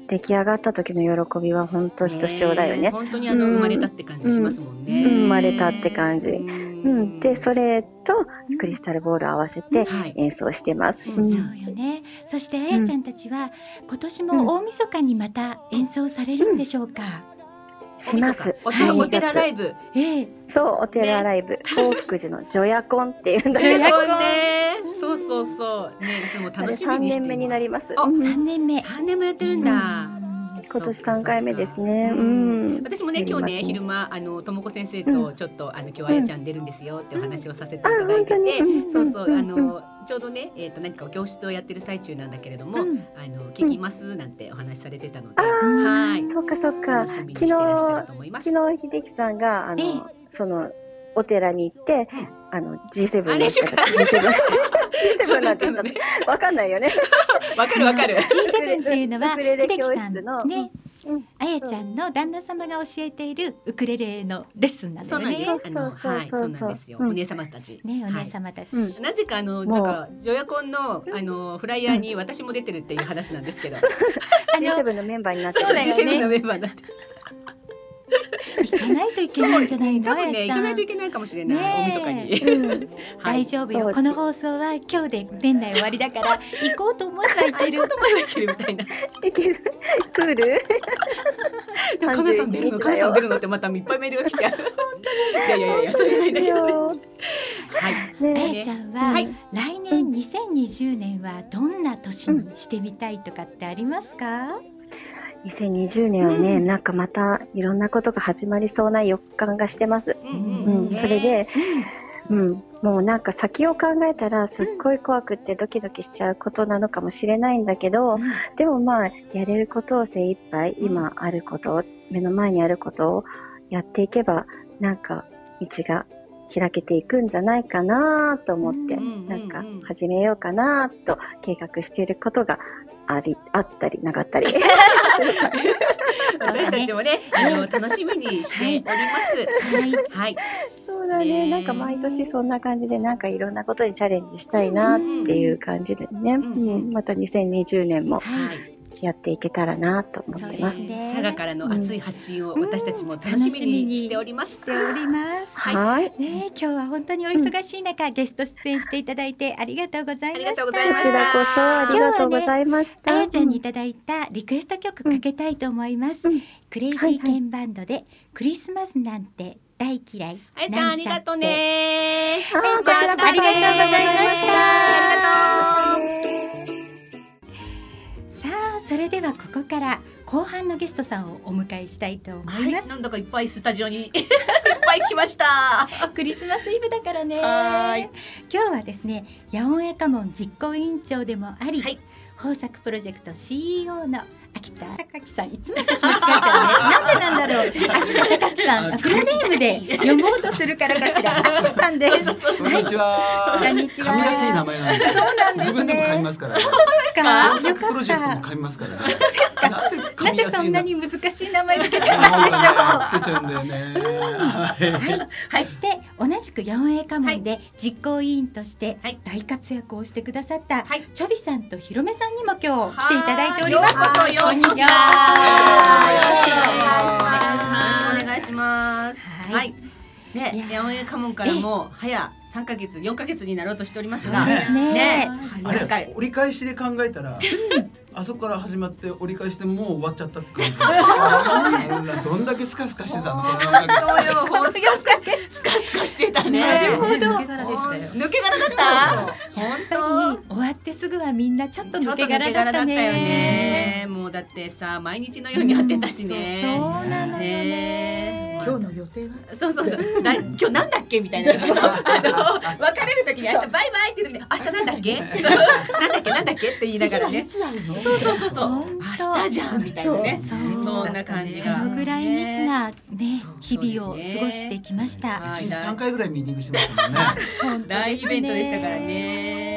出来上がった時の喜びは本当ひとしおだよね。 本当に生まれたって感じしますもんね。 生まれたって感じ。でそれとクリスタルボールを合わせて演奏してます。 そうよね。そしてあやちゃんたちは今年も大晦日にまた演奏されるんでしょうか？ します。 お寺ライブ。 そう、お寺ライブ。興福寺の除夜婚っていうんだけど。 除夜婚ね。そうそうそう。ね、いつも楽しみにして 3年目になります。 3年目。 3年もやってるんだ。 今年3回目ですね。 私もね今日ね昼間ともこ先生とちょっと今日あやちゃん出るんですよってお話をさせていただいてて、そうそうちょうどね何か教室をやってる最中なんだけれども聞きますなんてお話しされてたので、はい。 そうかそうか。昨日秀樹さんがそのお寺に行って、G7 だったから G7 なんて言っちゃったわかんないよね。 わかるわかる。 G7 っていうのは秀樹さんね、あやちゃんの旦那様が教えているウクレレのレッスンなんだよね。 はい、そうなんですよ。お姉様たち。 ね、お姉様たち。 なぜかなんか除夜婚のフライヤーに私も出てるっていう話なんですけど。 G7 のメンバーになって。 G7 のメンバーになって。 行かないといけないんじゃないの？ 多分ね、行かないといけないかもしれない。大晦日に。 大丈夫よ。この放送は今日で年内終わりだから行こうと思えば行ける。 行こうと思えば行けるみたいな。 行ける。クール？ カナさん出るの？カナさん出るのってまたいっぱいメールが来ちゃう。いやそうじゃないんだけどね。はい。 あやちゃんは来年2020年はどんな年にしてみたいとかってありますか ？2020年はね、なんかまたいろんなことが始まりそうな予感がしてます。それで、もうなんか先を考えたらすっごい怖くってドキドキしちゃうことなのかもしれないんだけど、でもまあやれることを精一杯、今あることを、目の前にあることをやっていけば、なんか道が開けていくんじゃないかなと思って、なんか始めようかなと計画していることがあったりなかったり私たちもね楽しみにしております。はい。 そうだね。なんか毎年そんな感じでなんかいろんなことにチャレンジしたいなっていう感じでね。また2020年もやっていけたらなと思ってます。 佐賀からの熱い発信を私たちも楽しみにしております。 はい。ね、今日は本当にお忙しい中、ゲスト出演していただいてありがとうございました。こちらこそありがとうございました。 あやちゃんにいただいたリクエスト曲かけたいと思います。クレイジーケンバンドでクリスマスなんて大嫌い。 あやちゃんありがとうね。 あやちゃんありがとうございました。それではここから後半のゲストさんをお迎えしたいと思います。 なんだかいっぱいスタジオにいっぱい来ました。 クリスマスイブだからね。今日はですね、野音エカモン実行委員長でもあり、豊作プロジェクト CEO の秋田隆樹さん、いつも私間違えちゃうね。なんでなんだろう。秋田隆樹さん、フルネームで読もうとするからかしら。秋田さんです。 こんにちは。 こんにちは。 噛みやすい名前なんです。 そうなんですね。 自分でも噛みますからね。 本当ですか？ 豊作プロジェクトも噛みますからね。 なんでそんなに難しい名前つけちゃったんでしょう。 つけちゃうんだよね。 はい。そして同じく野音エカモンで実行委員として大活躍をしてくださったチョビさんとひろめさんにも今日来ていただいております。 こんにちは。お願いします。はい。ね、野音エカモンからも早3ヶ月、4ヶ月になろうとしておりますが、 ね。 あれ折り返しで考えたら。あそこから始まって折り返してもう終わっちゃったって感じ。どんだけスカスカしてたのかな。 スカスカしてたね。 なるほど。 抜け殻でしたよ。抜け殻だった。 本当に終わってすぐはみんなちょっと抜け殻だったね。 もうだってさ、毎日のように会ってたしね。 そうなのよね。 今日の予定は？ そう。今日なんだっけみたいな。別れる時に明日バイバイっていう時に明日なんだっけ？なんだっけって言いながらね。そう。明日じゃんみたいなね。そんな感じが。 そのぐらい密なね日々を過ごしてきました。 1日3回ぐらいミーティングしてましたもんね。 大イベントでしたからね。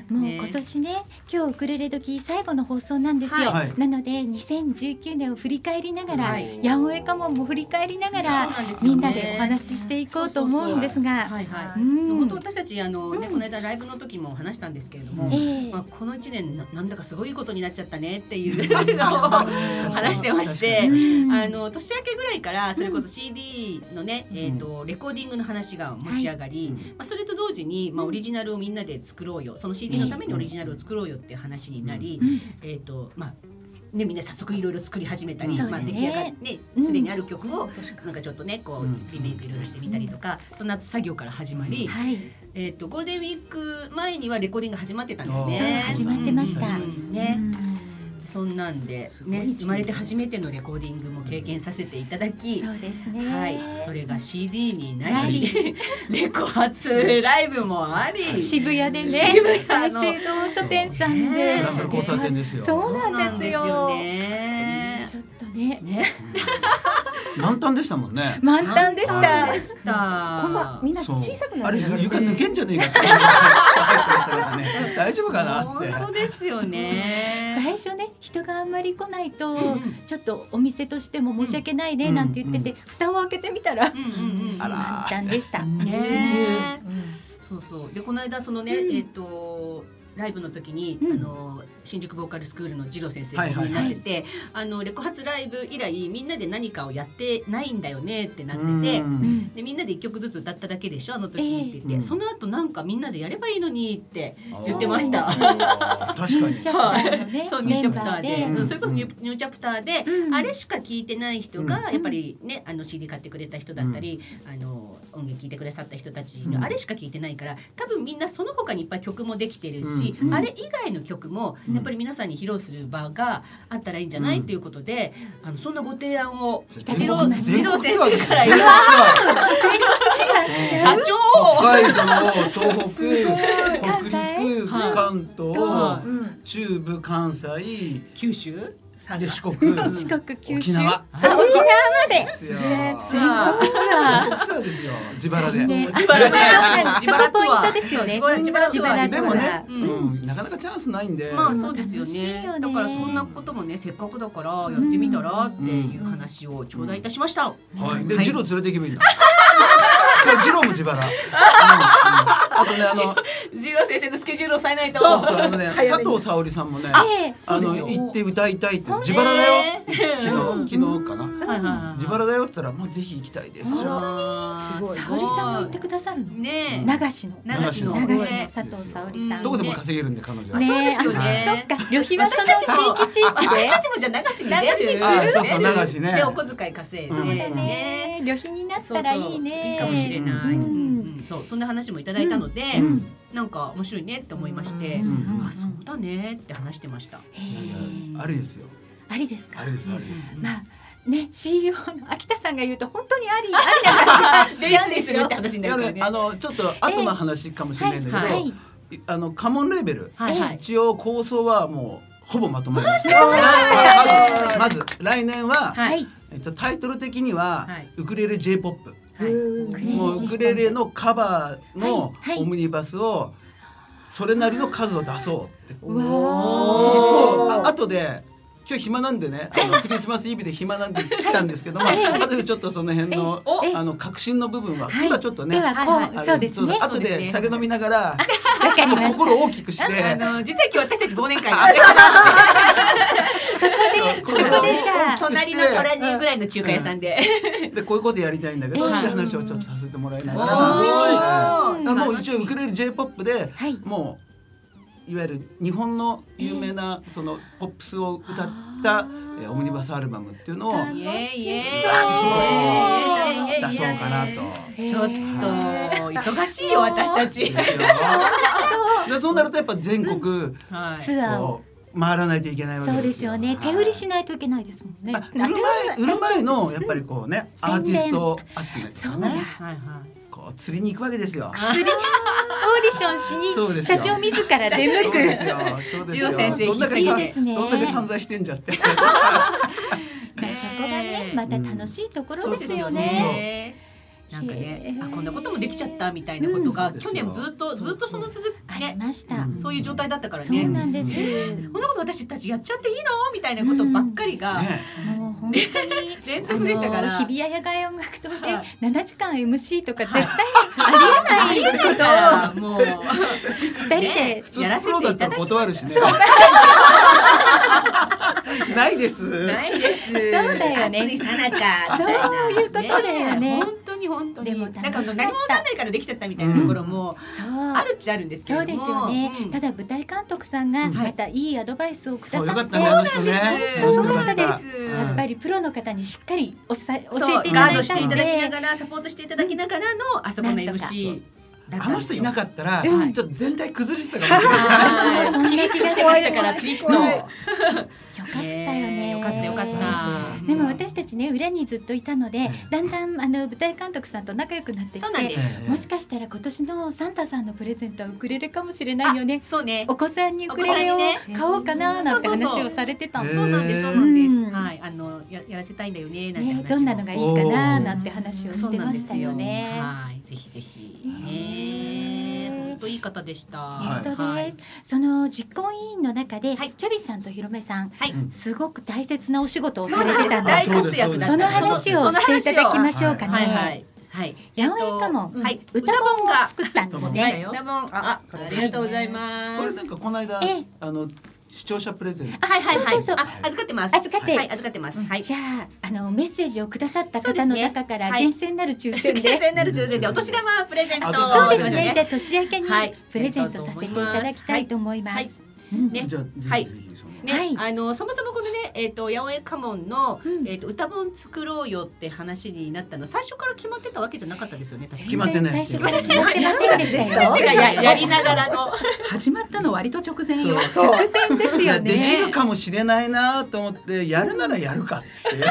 もう今年ね、今日ウクレレ時最後の放送なんですよ。なので2019年を振り返りながら、やんおえかもんも振り返りながら、みんなでお話ししていこうと思うんですが、 本当私たちこの間ライブの時も話したんですけれども、この1年なんだかすごいことになっちゃったねっていうのを話してまして、年明けぐらいからそれこそ CD のね、レコーディングの話が持ち上がり、それと同時にオリジナルをみんなで作ろうよ、その CD のためにオリジナルを作ろうよっていう話になり、みんな早速いろいろ作り始めたり、出来上がってすでにある曲をなんかちょっとねこうリメイクいろいろしてみたりとか、そんな作業から始まり、ゴールデンウィーク前にはレコーディング始まってたんだよね。 始まってましたね。そんなんでね、生まれて初めてのレコーディングも経験させていただき、 そうですね。 それが CD になり、レコ発ライブもあり、 渋谷でね、大聖堂書店さんで、 スクランブル交差点ですよ。 そうなんですよね。 ちょっとね、 満タンでしたもんね。 満タンでした。 みんな小さくなる。 あれ床抜けんじゃねえかって入ってましたからね。大丈夫かなって。 本当ですよね。 最初ね、人があんまり来ないとちょっとお店としても申し訳ないねなんて言ってて、蓋を開けてみたら満タンでしたね。 そうそう。でこの間そのね、ライブの時に、新宿ボーカルスクールの次郎先生がになってて、レコ発ライブ以来みんなで何かをやってないんだよねってなってて、でみんなで1曲ずつ歌っただけでしょあの時って言って、その後なんかみんなでやればいいのにって言ってました。 確かに。 そうニューチャプターで、それこそニューチャプターで、あれしか聴いてない人がやっぱりね、CD 買ってくれた人だったり、音源聴いてくださった人たちのあれしか聴いてないから、多分みんなその他にいっぱい曲もできてるし、あれ以外の曲もやっぱり皆さんに披露する場があったらいいんじゃないっていうことで、そんなご提案を次郎先生から言わ社長、 北海道、東北、北陸、関東、中部、関西、 九州、 四国、 沖縄、 まで全国ツアーですよ。自腹で。 自腹ポイントですよね。 でもね、なかなかチャンスないんで。 まあそうですよね。だからそんなこともね、せっかくだからやってみたらっていう話を頂戴いたしました。 はい。で次郎連れて行けばいいんだ。次郎も自腹。あとね次郎先生のスケジュールを抑えないと。 そう佐藤沙織さんもね、行って歌いたいって自腹だよ。昨日かな。自腹だよって言ったらもうぜひ行きたいです。 すごい。沙織さんも言ってくださるの。ね。流しの佐藤沙織さん。 どこでも稼げるんで彼女は。 そうですよね。 そっか。旅費はその地域で。 私たちもじゃ流しに出る。 そうそう流しね。 でお小遣い稼いでね。旅費になったらいいね。 いいかもしれない。そうそんな話もいただいたので、なんか面白いねって思いまして、あそうだねって話してました。 ありですよ。 ありですか。 ありです。 まあね CEO の秋田さんが言うと本当にありな感じがレイするって話になるからね。 ちょっと後の話かもしれないんだけど、カモンレーベル一応構想はもうほぼまとまりました。まず来年はタイトル的にはウクレレ J-POP。もうウクレレのカバーのオムニバスをそれなりの数を出そうって。もう後で今日暇なんでね、クリスマスイブで暇なんで来たんですけども、後でちょっとその辺の革新の部分は今ちょっとね、 そうですね。 後で酒飲みながら心を大きくして、 実は今日私たち忘年会そこでじゃあ隣のトラニーぐらいの中華屋さんでこういうことやりたいんだけどって話をちょっとさせてもらえないかな。もう一応ウクレレ J-POP でもういわゆる日本の有名なそのポップスを歌ったオムニバスアルバムっていうのを出そうかなと。 ちょっと忙しいよ私たち。 そうなるとやっぱ全国ツアーを回らないといけないわけですよ。 そうですよね。手売りしないといけないですもんね。 売る前のやっぱりこうねアーティスト集めとかね。釣りに行くわけですよ。 釣りオーディションしに社長自ら出向く。 次郎先生どんだけ散財してんじゃって。 そこがねまた楽しいところですよね。 なんかね、こんなこともできちゃったみたいなことが去年ずっとその続きね、そういう状態だったからね。 そうなんです。 こんなこと私たちやっちゃっていいのみたいなことばっかりがもう本当に連続でしたから。 日比谷野外音楽堂で7時間 MC とか絶対ありえないことをもう2人でやらせていただき断るしね。ないです。 ないです。 そうだよね。 暑いさなかそういうことだよね。 本当に。でもなんか何もわかんないからできちゃったみたいなところもあるっちゃあるんですけども。 そうですよね。ただ舞台監督さんがまたいいアドバイスをくださって、 よかったね、あの人ね。 そうかったです。やっぱりプロの方にしっかり教えていただいたんで、 ガードしていただきながらサポートしていただきながらのあそこの MC。 あの人いなかったら、ちょっと全体崩れてたかもしれない。 そんな気がしてましたから、ピリッと。よかったよね。 よかったよかった。 でも私たちね、裏にずっといたので、だんだん舞台監督さんと仲良くなってきて、もしかしたら今年のサンタさんのプレゼントはウクレレかもしれないよね。 そうね。 お子さんにウクレレを買おうかななんて話をされてたの。 そうなんです、そうなんです。はい、やらせたいんだよねなんて話を。 どんなのがいいかななんて話をしてましたよね。 はい、ぜひぜひ。本当いい方でした。 本当です。その実行委員の中で、チョビさんとひろめさん、すごく大切なお仕事をされてたんです。 大活躍だった。 その話をしていただきましょうかね。 はい。 八百屋家紋、歌本が作ったんですね。 歌本、ありがとうございます。 これなんかこの間視聴者プレゼント。 はいはいはい。 預かってます。 預かってます。 じゃあメッセージをくださった方の中から厳選なる抽選でお年玉プレゼント。 そうですね。じゃあ年明けにプレゼントさせていただきたいと思います。 ね、はい。 ね、そもそもこのね、八百屋家紋の歌本作ろうよって話になったの、最初から決まってたわけじゃなかったですよね。 決まってない。 最初から決まってませんでしたよ。 やりながらの始まったの割と直前よ。 直前ですよね。 できるかもしれないなと思ってやるならやるかって。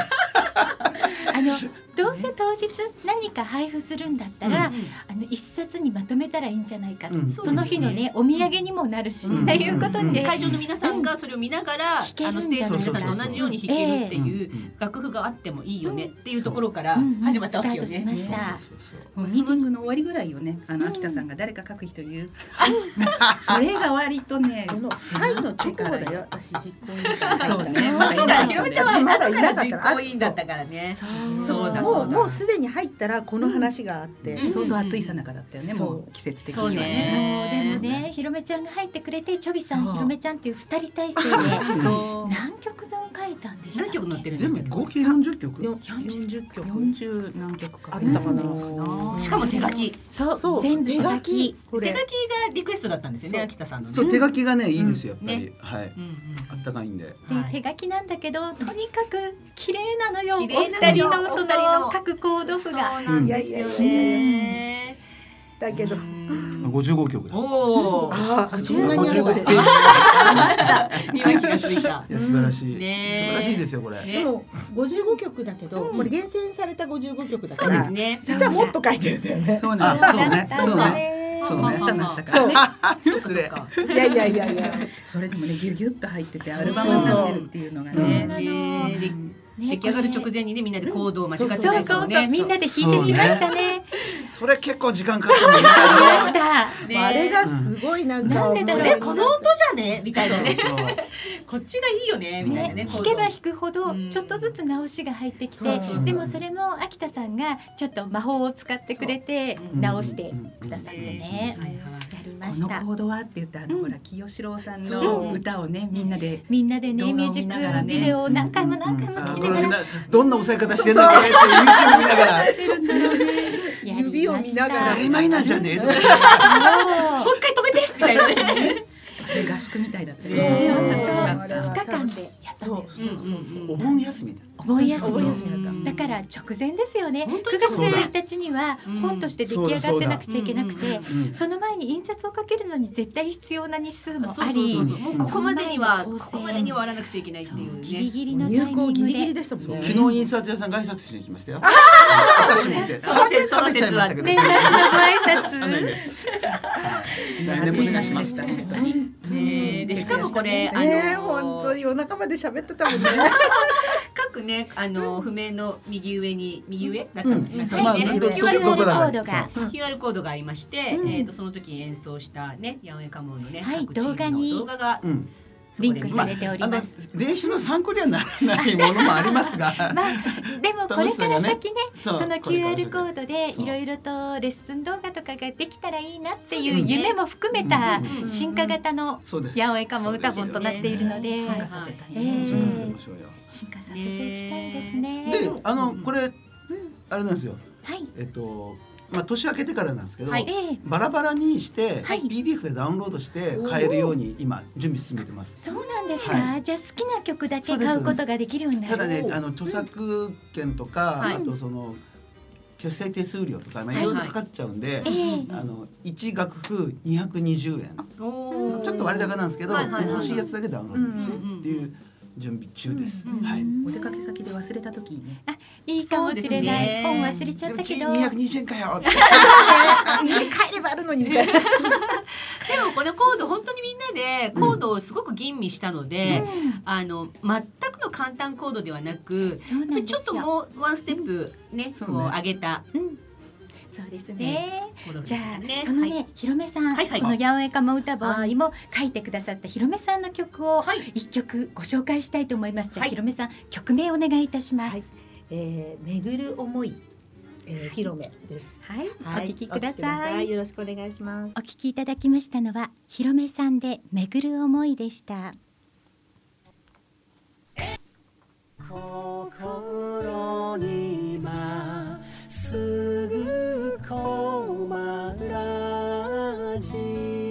どうせ当日何か配布するんだったら、一冊にまとめたらいいんじゃないか、その日のねお土産にもなるし、っていうことで会場の皆さんがそれを見ながら、ステージの皆さんと同じように弾けるっていう楽譜があってもいいよねっていうところから始まったわけよね。 スタートしました。 ミーティングの終わりぐらいよね。秋田さんが誰か書く人言う。それが割とね、 その会の直後だよ。私実行委員だから。 そうね。 そうだ。ひろみちゃんはまだいなかった実行委員だったからね。 そうだ。もうすでに入ったらこの話があって、 相当暑いさなかだったよね。もう季節的にはね。 でもね、ひろめちゃんが入ってくれて、ちょびさん、ひろめちゃんっていう2人体制で何曲分書いたんでしたっけ？ 何曲載ってるんですか？ 全部合計40曲 ？40曲。 40何曲かあったかな。 しかも手書き。 そう、全部手書き。 手書きがリクエストだったんですよね、秋田さんのね。 そう、手書きがねいいですよ、やっぱり。はい。あったかいんで。 手書きなんだけど、とにかく綺麗なのよ。お二人のその各コード譜が。 そうなんですよね。 だけど 55曲だ。 おお。 55曲で。 今気がついた。 いや素晴らしい。素晴らしいですよこれ。 でも55曲だけど、これ厳選された55曲だから。 そうですね。 実はもっと書いてるんだよね。 そうなんです。 そうね。そうね。 そうね。 失礼。 いや。 それでもねギュギュッと入っててアルバムになってるっていうのがね。 出来上がる直前にねみんなでコードを間違ってないかもね。 みんなで弾いてみましたね。 それ結構時間かかったね。あれがすごいなんでだろう。 この音じゃねみたいなね。こっちがいいよねみたいなね。 弾けば弾くほどちょっとずつ直しが入ってきて、でもそれも秋田さんがちょっと魔法を使ってくれて直してくださってね。やりました。 このコードはって言ってほら清志郎さんの歌をねみんなでねミュージックビデオを何回も聴きながら。 どんな押さえ方してんだっけって YouTube 見ながら指を見ながら Aマイナーじゃねえとかもう一回止めてみたいなね。 合宿みたいだったね。2日間でやったんだよ。 お盆休みだ。 お盆休みだから直前ですよね。9月1日には本として出来上がってなくちゃいけなくて、その前に印刷をかけるのに絶対必要な日数もあり、 ここまでには終わらなくちゃいけないっていうね。 ギリギリのタイミングででしたもんね。 昨日印刷屋さんが挨拶しに行きましたよ。私もってその説は年末のご挨拶。 来年もお願いします。 でしかもこれ本当にお腹まで喋喋ってたもんね。 各ね譜面の右上だったのね。 QR コードがありまして、その時に演奏したね八百屋家紋のね動画がリンクされております。 練習の参考にはならないものもありますが、 でもこれから先ね、その QR コードでいろいろとレッスン動画とかができたらいいなっていう夢も含めた進化型の八百屋家紋歌本となっているので、進化させていきたいですね。 で、これあれなんですよ。年明けてからなんですけど、バラバラにして PDF でダウンロードして買えるように今準備進めてます。 そうなんですか。じゃあ好きな曲だけ買うことができるようになる。 ただね、著作権とか、あとその決済手数料とかいろいろかかっちゃうんで、1楽譜220円。ちょっと割高なんですけど、欲しいやつだけダウンロードっていう準備中です。 お出かけ先で忘れた時にね。 いいかもしれない。本忘れちゃったけど。 220円かよ。 家帰ればあるのにみたいな。 でもこのコード本当にみんなでコードをすごく吟味したので、全くの簡単コードではなく、ちょっともうワンステップねこう上げた。 そうですね。じゃあそのね、ひろめさん、この八百屋家紋歌本にも書いてくださったひろめさんの曲を一曲ご紹介したいと思います。じゃあひろめさん、曲名お願いいたします。 巡る思い、ひろめです。 お聞きください。 よろしくお願いします。 お聞きいただきましたのはひろめさんで巡る思いでした。 心にまっすぐこまらじ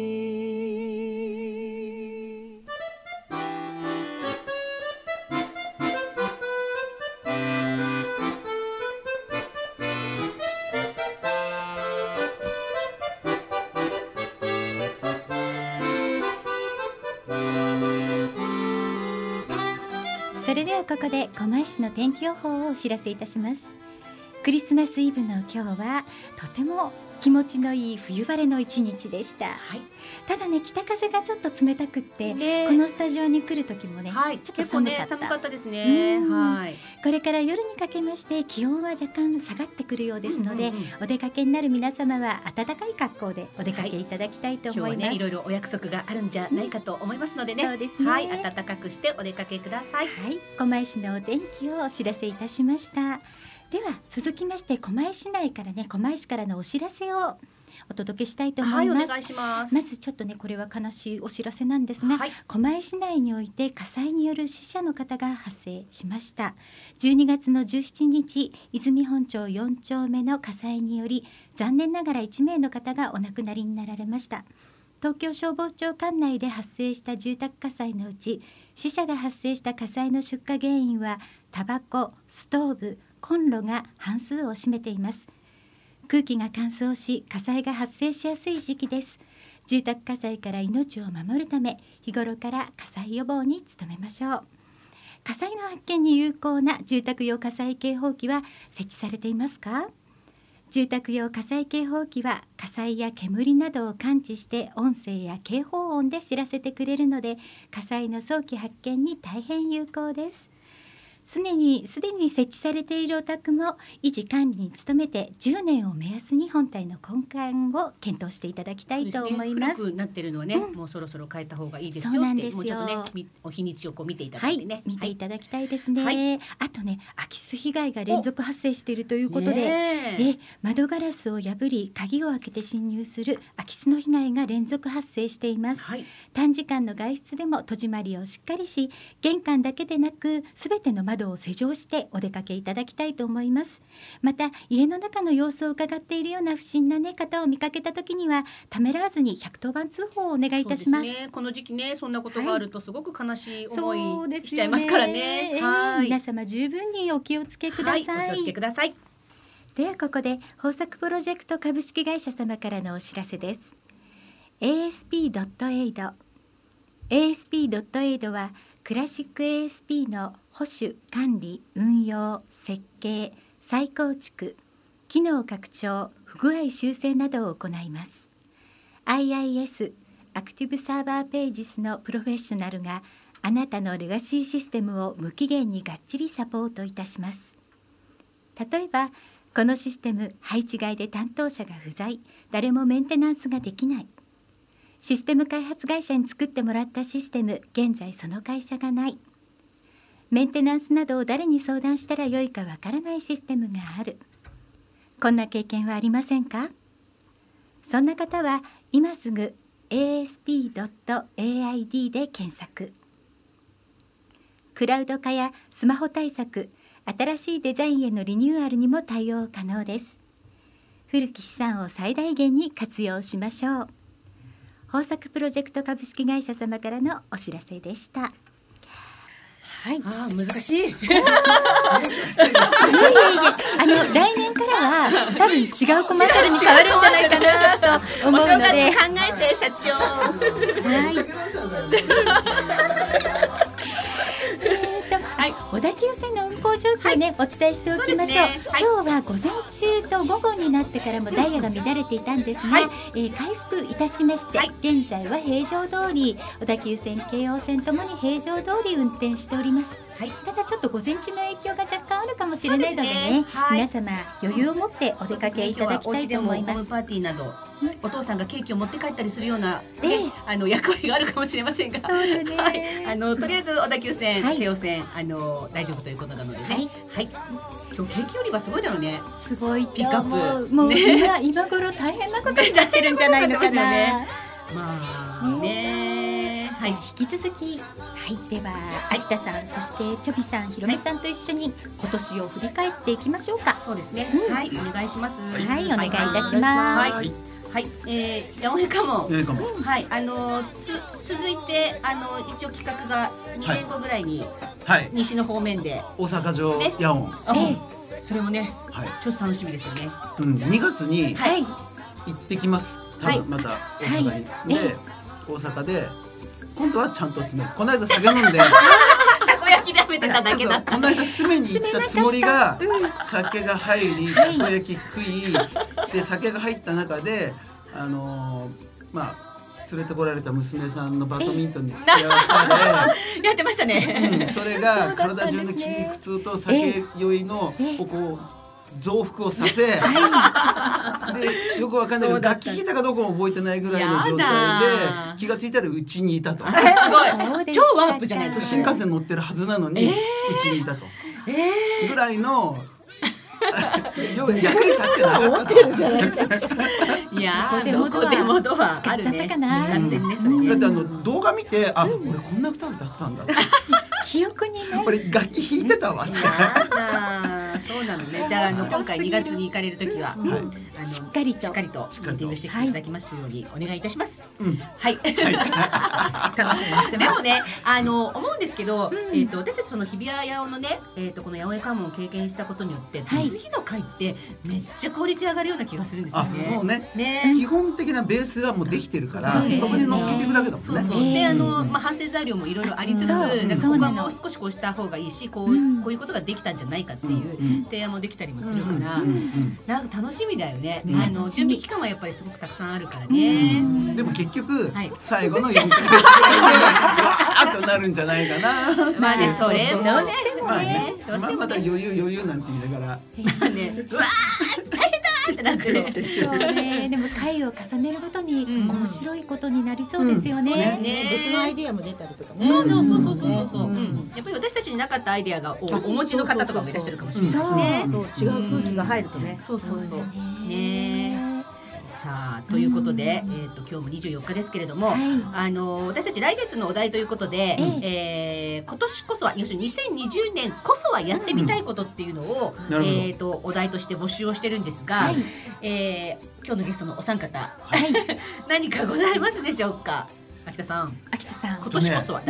それではここで狛江市の天気予報をお知らせいたします。クリスマスイブの今日はとても気持ちのいい冬晴れの一日でした。ただね、北風がちょっと冷たくって、このスタジオに来る時もね、ちょっと寒かったですね。 これから夜にかけまして気温は若干下がってくるようですので、お出かけになる皆様は暖かい格好でお出かけいただきたいと思います。 いろいろお約束があるんじゃないかと思いますのでね。 そうですね。 暖かくしてお出かけください。 狛江市のお天気をお知らせいたしました。では続きまして狛江市内からね、狛江市からのお知らせをお届けしたいと思います。 お願いします。 まずちょっとね、これは悲しいお知らせなんですが、狛江市内において火災による死者の方が発生しました。12月の17日、泉本町4丁目の火災により残念ながら1名の方がお亡くなりになられました。東京消防庁管内で発生した住宅火災のうち、死者が発生した火災の出火原因はタバコ、ストーブ、コンロが半数を占めています。空気が乾燥し火災が発生しやすい時期です。住宅火災から命を守るため、日頃から火災予防に努めましょう。火災の発見に有効な住宅用火災警報器は設置されていますか？住宅用火災警報器は火災や煙などを感知して音声や警報音で知らせてくれるので、火災の早期発見に大変有効です。すでに設置されているお宅も維持管理に努めて10年を目安に本体の根幹を検討していただきたいと思います。 古くなってるのはね、もうそろそろ変えた方がいいですよって。そうなんですよ。もうちょっとね、お日にちをこう見ていただいてね、 見ていただきたいですね。あとね、空き巣被害が連続発生しているということで、窓ガラスを破り鍵を開けて侵入する空き巣の被害が連続発生しています。短時間の外出でも戸締まりをしっかりし、玄関だけでなくすべての窓を施錠してお出かけいただきたいと思います。また家の中の様子を伺っているような不審な、方を見かけた時にはためらわずに110番通報をお願いいたします。 この時期ね、そんなことがあるとすごく悲しい思いしちゃいますからね。 皆様十分にお気をつけください。 お気をつけください。 ではここで豊作プロジェクト株式会社様からのお知らせです。 ASP.AID はクラシック ASP の保守・管理・運用・設計・再構築、機能拡張、不具合修正などを行います。IIS アクティブサーバーページスのプロフェッショナルがあなたのレガシーシステムを無期限にがっちりサポートいたします。例えばこのシステム配置外で担当者が不在、誰もメンテナンスができない。システム開発会社に作ってもらったシステム、現在その会社がない。メンテナンスなどを誰に相談したらよいかわからないシステムがある。こんな経験はありませんか？そんな方は今すぐ asp.aid で検索。クラウド化やスマホ対策、新しいデザインへのリニューアルにも対応可能です。古き資産を最大限に活用しましょう。豊作プロジェクト株式会社様からのお知らせでした。 はい、難しい。 来年からは多分違うコマーシャルに変わるんじゃないかなと思うので、 考えて社長。 はい。小田急線の運行状況ね、お伝えしておきましょう。今日は午前中と午後になってからもダイヤが乱れていたんですが、回復いたしまして、現在は平常通り小田急線、京王線ともに平常通り運転しております。ただちょっと午前中の影響が若干あるかもしれないのでね、皆様余裕を持ってお出かけいただきたいと思います。 ホームパーティーなどお父さんがケーキを持って帰ったりするような、役割があるかもしれませんが、とりあえず小田急線、京王線大丈夫ということなのでね。今日ケーキ売り場すごいだろうね。 すごいピックアップ。 もう今頃大変なことになってるんじゃないのかな。引き続き、では秋田さん、そしてちょびさん、ひろめさんと一緒に今年を振り返っていきましょうか。 そうですね。お願いします。 お願いいたします。 八百屋家紋。続いて一応企画が2年後ぐらいに西の方面で大阪城八百。 それもね、ちょっと楽しみですよね。 2月に行ってきます。多分また大阪にで大阪で。今度はちゃんと詰める。この間酒飲んでたこ焼きで食べてただけだった。 この間詰めに行ったつもりが酒が入り、たこ焼き食いで酒が入った中で連れてこられた娘さんのバドミントンに付き合わされやってましたね。 それが体中の筋肉痛と酒酔いのこう増幅をさせでよくわかんないけど楽器弾いたかどうかも覚えてないぐらいの状態で気がついたらうちにいたと。 すごい超ワープじゃないですか。 新幹線乗ってるはずなのにうちにいたとぐらいの役に立ってなかったと。 いやどこでもドアあるね。だって動画見て俺こんな歌歌ってたんだ記憶にね、 俺楽器弾いてたわ。 そうなのね。じゃあ今回2月に行かれるときはしっかりとミーティングしてきていただきますようにお願いいたします。はい。 楽しみにしてます。 でもね、思うんですけど、私たちその日比谷八百のね、この八百屋家紋を経験したことによって、次の回ってめっちゃクオリティ上がるような気がするんですよね。 もうね、基本的なベースがもうできてるから、そこに乗っけていくだけだもんね。 で、反省材料もいろいろありつつ、ここはもう少しこうした方がいいし、こういうことができたんじゃないかっていう提案もできたりもするから、なんか楽しみだよね。準備期間はやっぱりすごくたくさんあるからね。 でも結局最後の4回ぐらいでわーっとなるんじゃないかな。 まあね、それもね、 まだ余裕なんて言いながらね、うわー大変だってなってね。 そうね。でも回を重ねるごとに面白いことになりそうですよね。 別のアイディアも出たりとかね。 そう。やっぱり私たちになかったアイディアがお持ちの方とかもいらっしゃるかもしれないしね。 違う空気が入るとね。 そうね。さあということで、今日も24日ですけれども、私たち来月のお題ということで、今年こそは要するに2020年こそはやってみたいことっていうのを、お題として募集をしてるんですが、今日のゲストのお三方、何かございますでしょうか。秋田さん、今年こそは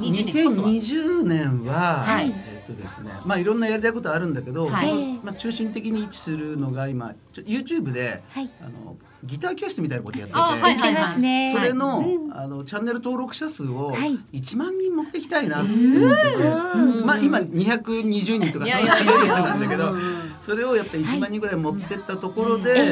2020年はですね、いろんなやりたいことあるんだけど、中心的に位置するのが今YouTube でギター教室みたいなことやってて、それのチャンネル登録者数を1万人持っていきたいなと思ってて、今220人とかそのレベルなんだけど、それをやっぱり1万人ぐらい持ってったところで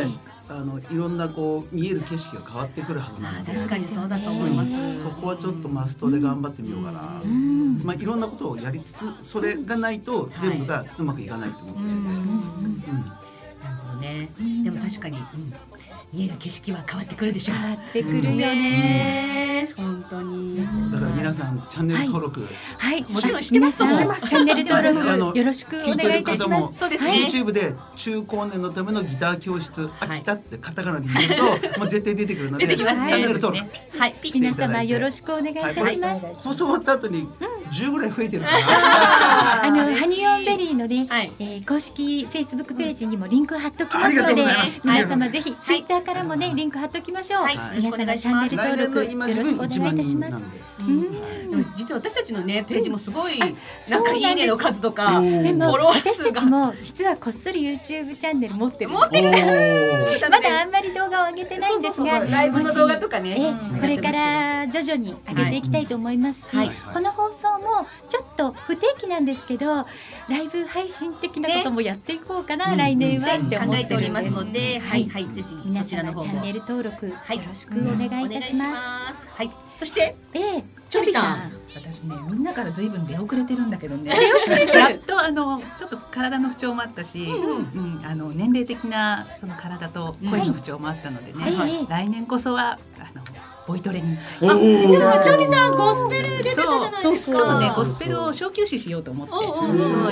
いろんなこう見える景色が変わってくるはずなんで、 確かにそうだと思います。 そこはちょっとマストで頑張ってみようかな。まあいろんなことをやりつつ、それがないと全部がうまくいかないと思ってるんで。なるほどね。でも確かに見える景色は変わってくるでしょう。 変わってくるよね。 本当に。 だから皆さんチャンネル登録、 はい、 もちろんしてますとも。 チャンネル登録よろしくお願いいたします。 そうですね。 YouTube で中高年のためのギター教室秋田ってカタカナで言うともう絶対出てくるので、チャンネル登録皆様よろしくお願いいたします。 放送終わった後に10ぐらい増えてるかな。 ハニオンベリーのね公式 Facebook ページにもリンク貼っときますので、皆様ぜひ Twitter からもねリンク貼っときましょう。皆様チャンネル登録よろしくお願いいたします。 実は私たちのねページもすごいなんかいいねの数とか、 でも私たちも実はこっそり YouTube チャンネル持ってるまだあんまり動画を上げてないんですが、 ライブの動画とかねこれから徐々に上げていきたいと思いますし、この放送もちょっと不定期なんですけどライブ配信的なこともやっていこうかな、来年はって思っておりますので、ぜひ皆様チャンネル登録よろしくお願いいたします。 はい、そしてチョビさん、 私ねみんなからずいぶん出遅れてるんだけどねやっとちょっと体の不調もあったし、年齢的なその体と声の不調もあったのでね、来年こそはボイトレに行きたい。 でもチョビさんゴスペル出てたじゃないですか。 ちょっとねゴスペルを小休止しようと思って、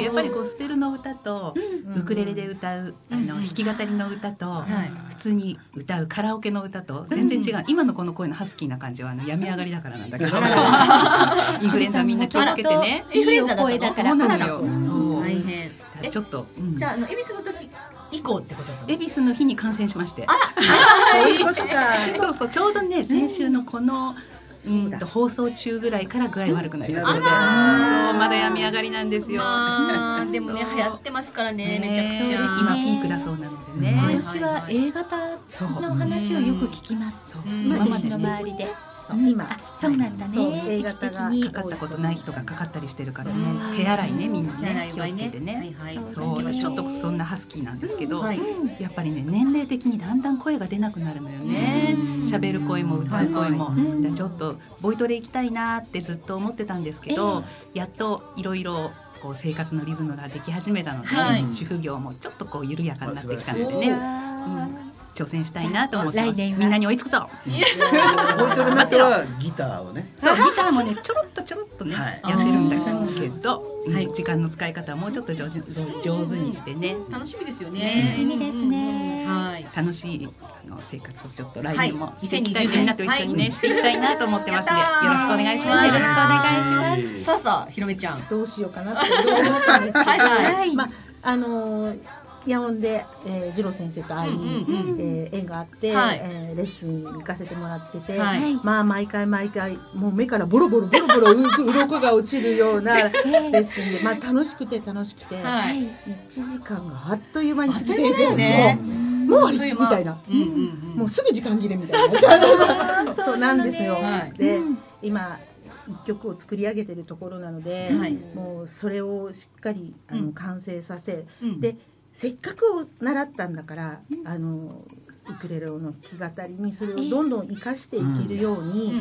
やっぱりゴスペルの歌とウクレレで歌う弾き語りの歌と普通に歌うカラオケの歌と全然違う。今のこの声のハスキーな感じは病み上がりだからなんだけど、インフルエンザみんな気をつけてね。 インフルエンザ声だからそうなのよ。 大変。 ちょっとじゃあ恵比寿の時以降ってこと恵比寿の日に感染しまして、 そういうことか。 そうちょうどね先週のこの放送中ぐらいから具合悪くなりましたので、まだ病み上がりなんですよ。 でもね流行ってますからね、めちゃくちゃ今ピークだそうなのでね。 今年は A 型の話をよく聞きます。私の周りで。 今そうなんだね。 A 型がかかったことない人がかかったりしてるからね、手洗いねみんなね気をつけてね。そうちょっとそんなハスキーなんですけど、やっぱりね年齢的にだんだん声が出なくなるのよね。喋る声も歌う声も。ちょっとボイトレ行きたいなってずっと思ってたんですけど、やっといろいろこう生活のリズムができ始めたので、主婦業もちょっとこう緩やかになってきたのでね。挑戦したいなと思ってます。みんなに追いつくぞ。 ボイトレになったらギターをね。 そうギターもねちょろっとねやってるんだけど、時間の使い方はもうちょっと上手にしてね。 楽しみですよね。 楽しみですね。 楽しい生活をちょっと来年も2020年と一緒にねしていきたいなと思ってますので、よろしくお願いします。 よろしくお願いします。 さあさあひろめちゃんどうしようかなって思ったんですけど、野音で次郎先生と会いに縁があって、レッスンに行かせてもらってて、まあ毎回もう目からボロボロ鱗が落ちるようなレッスンで、まあ楽しくて1時間があっという間に過ぎていくんですよ。もう終わりみたいな、もうすぐ時間切れみたいな、そうなんですよ。で今一曲を作り上げてるところなので、もうそれをしっかり完成させ、でせっかく習ったんだからウクレレの弾き語りにそれをどんどん生かしていけるように、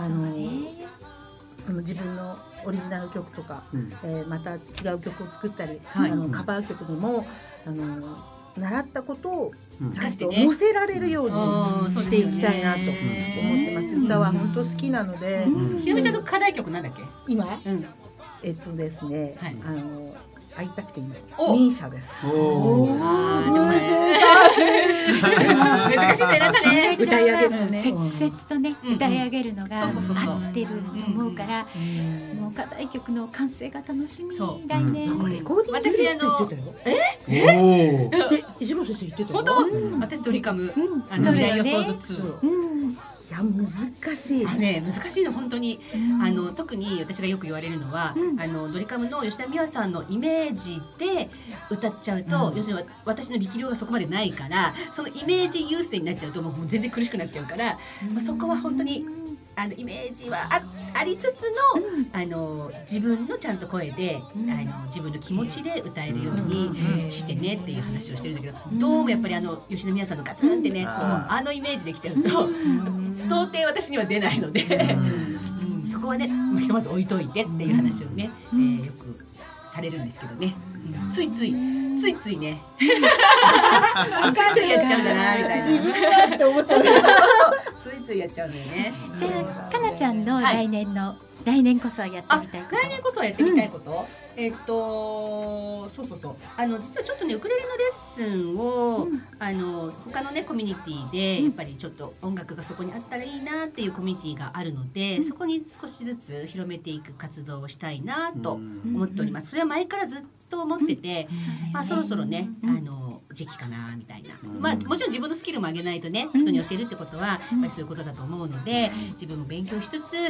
その自分のオリジナル曲とか、また違う曲を作ったり、カバー曲でも習ったことをちゃんと乗せられるようにしていきたいなと思ってます。歌は本当好きなので。 ひろみちゃんの課題曲なんだっけ？ 今、ですね、会いたくていいミーシャです。難しいね、なんかね、歌い上げるのね、 切々とね歌い上げるのが合ってると思うから、もう課題曲の完成が楽しみ。来年私で一郎先生言ってたよ。 私ドリカム未来予想図2。 いや難しいね、難しいの本当に。特に私がよく言われるのは、ドリカムの吉田美和さんのイメージで歌っちゃうと、要するに私の力量がそこまでないから、そのイメージ優先になっちゃうともう全然苦しくなっちゃうから、そこは本当にイメージはありつつの、自分のちゃんと声で、自分の気持ちで歌えるようにしてねっていう話をしてるんだけど、どうもやっぱり吉野宮さんのガツンってね、イメージできちゃうと到底私には出ないのでそこはね、ひとまず置いといてっていう話をね、よくされるんですけどね、ついついねついついやっちゃうんだなみたいなついついやっちゃうんだよね。 じゃあかなちゃんの来年こそはやってみたいこと、 来年こそはやってみたいこと、そう実はちょっとねウクレレのレッスンを、他のねコミュニティでやっぱりちょっと音楽がそこにあったらいいなっていうコミュニティがあるので、そこに少しずつ広めていく活動をしたいなと思っております。それは前からずっと思ってて、そろそろね時期かなみたいな、もちろん自分のスキルも上げないとね、人に教えるってことはやっぱりそういうことだと思うので、自分も勉強しつつ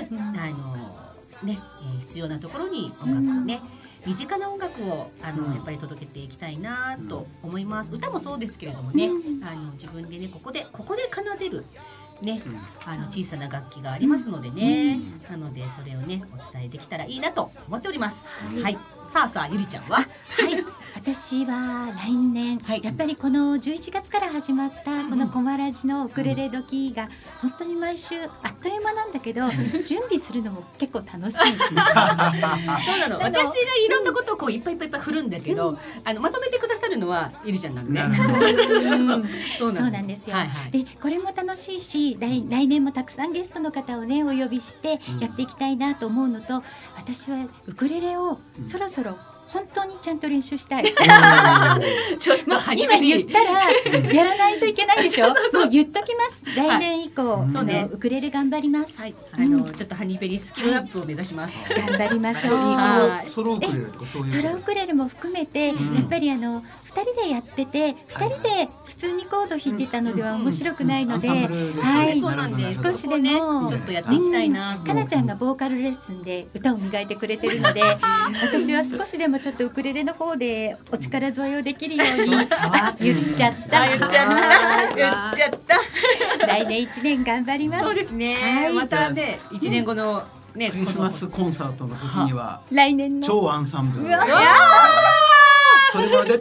必要なところに音楽をね、身近な音楽をやっぱり届けていきたいなと思います。歌もそうですけれどもね、自分でねここで奏でるね、小さな楽器がありますのでね、なのでそれをねお伝えできたらいいなと思っております。はい、さあゆりちゃんは？ 私は来年、やっぱりこの11月から始まったこのコマラジのウクレレ時が本当に毎週あっという間なんだけど、準備するのも結構楽しい。そうなの。私がいろんなことをこういっぱい振るんだけど、まとめてくださるのはゆりちゃんなのね。 そうなんですよ。でこれも楽しいし、来年もたくさんゲストの方をねお呼びしてやっていきたいなと思うのと、私はウクレレをそろそろ本当にちゃんと練習したい。ちょっと今言ったらやらないといけないでしょ。もう言っときます。来年以降、ウクレレ頑張ります。 ちょっとハニーベリースキルアップを目指します。 頑張りましょう。 ソロウクレレとかそういう。 ソロウクレレも含めてやっぱり2人でやってて、2人で普通にコード弾いてたのでは面白くないので、 そうなんです。 少しでもちょっとやっていきたいな。 かなちゃんがボーカルレッスンで歌を磨いてくれてるので、私は少しでもちょっとウクレレの方でお力添えをできるように言っちゃった。来年1年頑張ります。 そうですね。またね1年後のねクリスマスコンサートの時には来年の超アンサンブル。それまで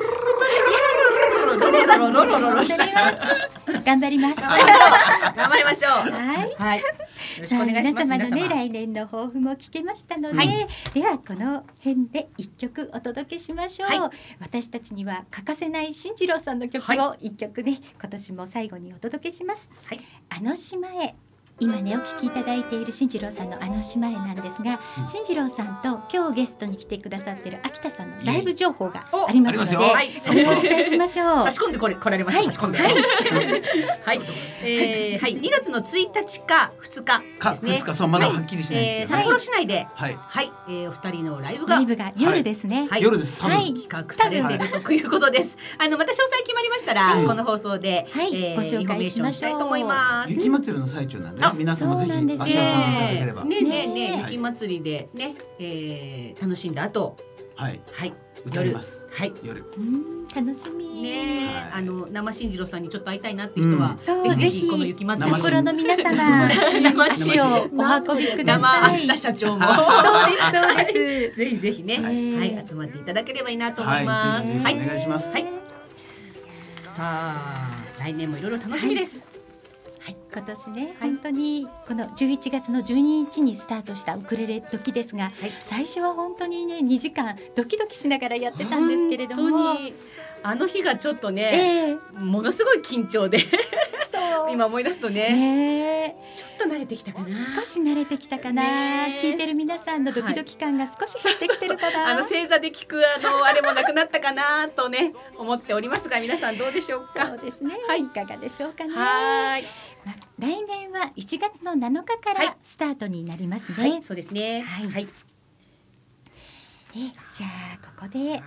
頑張ります。 頑張りましょう。 はい。さあ皆様のね来年の抱負も聞けましたので、ではこの辺で一曲お届けしましょう。私たちには欠かせない進次郎さんの曲を一曲ね今年も最後にお届けします。あの島へ。今ねお聞きいただいている進次郎さんのあの島へなんですが、進次郎さんと今日ゲストに来てくださっている秋田さんのライブ情報がありますので、それをお伝えしましょう。 差し込んで来られました。差し込んで。はい。2月の1日か2日ですね。 2日そうまだはっきりしないですけど、 札幌市内でお二人のライブが夜ですね。 夜です。 企画されているということです。また詳細決まりましたらこの放送でご紹介しましょう。 したいと思います。 雪祭りの最中なんで。皆さんもぜひ足を運んでいただければ。 ね雪祭りでね楽しんだ後、 歌います。夜。 楽しみ。 ね生進次郎さんにちょっと会いたいなって人はぜひこの雪祭り。 札幌の皆様、足をお運びください。 秋田社長も。 そうです。 ぜひぜひね集まっていただければいいなと思います。 お願いします。 さあ来年もいろいろ楽しみです。 今年ね、本当にこの11月の12日にスタートしたウクレレ時ですが、最初は本当にね2時間ドキドキしながらやってたんですけれども、 あの日がちょっとね、ものすごい緊張で今思い出すとねちょっと慣れてきたかな。 少し慣れてきたかな。聞いてる皆さんのドキドキ感が少し減ってきてるかな。 正座で聞くあれもなくなったかなとね思っておりますが、皆さんどうでしょうか。 そうですね。いかがでしょうかね。来年は1月の7日からスタートになりますね。 そうですね。 じゃあここで、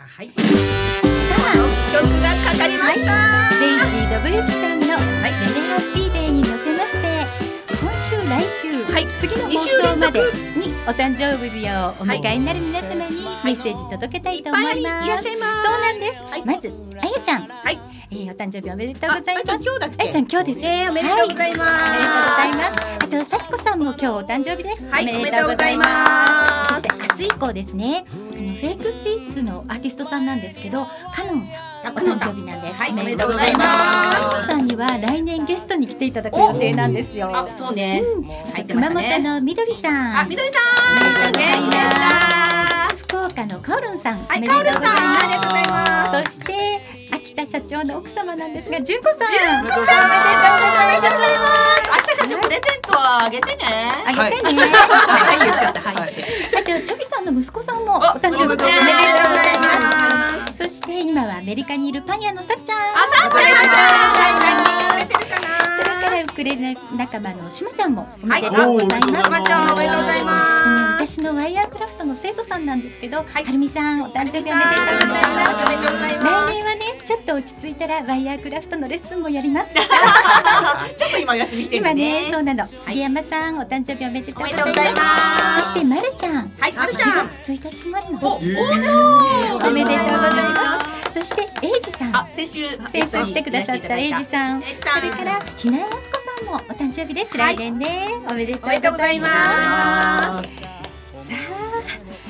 曲がかかりました。 デイジー・ドブユキさんのレレハッピーデーに乗せまして、今週来週、次の放送までにお誕生日をお迎えになる皆様にメッセージ届けたいと思います。 いらっしゃいます。 そうなんです。まずあやちゃん、お誕生日おめでとうございます。 今日だっけ？ あやちゃん今日ですね。 おめでとうございます。 ありがとうございます。あとさちこさんも今日お誕生日です。 おめでとうございます。 そして明日以降ですね、フェイクスイーツのアーティストさんなんですけど、カノンさんお誕生日なんです。 おめでとうございます。 カノンさんには来年ゲストに来ていただく予定なんですよ。 そうね。 熊本のみどりさん。 みどりさん。元気ですか？ 福岡のカオルンさん。 カオルンさん。ありがとうございます。 そして秋田社長の奥様なんですが、純子さん。 純子さん。おめでとうございます。秋田社長プレゼントはあげてね。 あげてね。 はい言っちゃった。はい。 あとチョビさんの息子さんもお誕生日おめでとうございます。そして今はアメリカにいるパン屋のさっちゃん。 さっちゃん。 それからウクレレ仲間のしまちゃんもおめでとうございます。 しまちゃんおめでとうございます。 私のワイヤークラフトの生徒さんなんですけど、はるみさんお誕生日おめでとうございます。来年はねちょっと落ち着いたらワイヤークラフトのレッスンもやります。 ちょっと今お休みしてるね。 今ねそうなの。杉山さんお誕生日おめでとうございます。そしてまるちゃん。 はいまるちゃん。 1月1日生まれの。おめでとうございます。そしてエイジさん。 先週来てくださったエイジさん。それからひなやつこさんもお誕生日です。来年ねおめでとうございます。さあ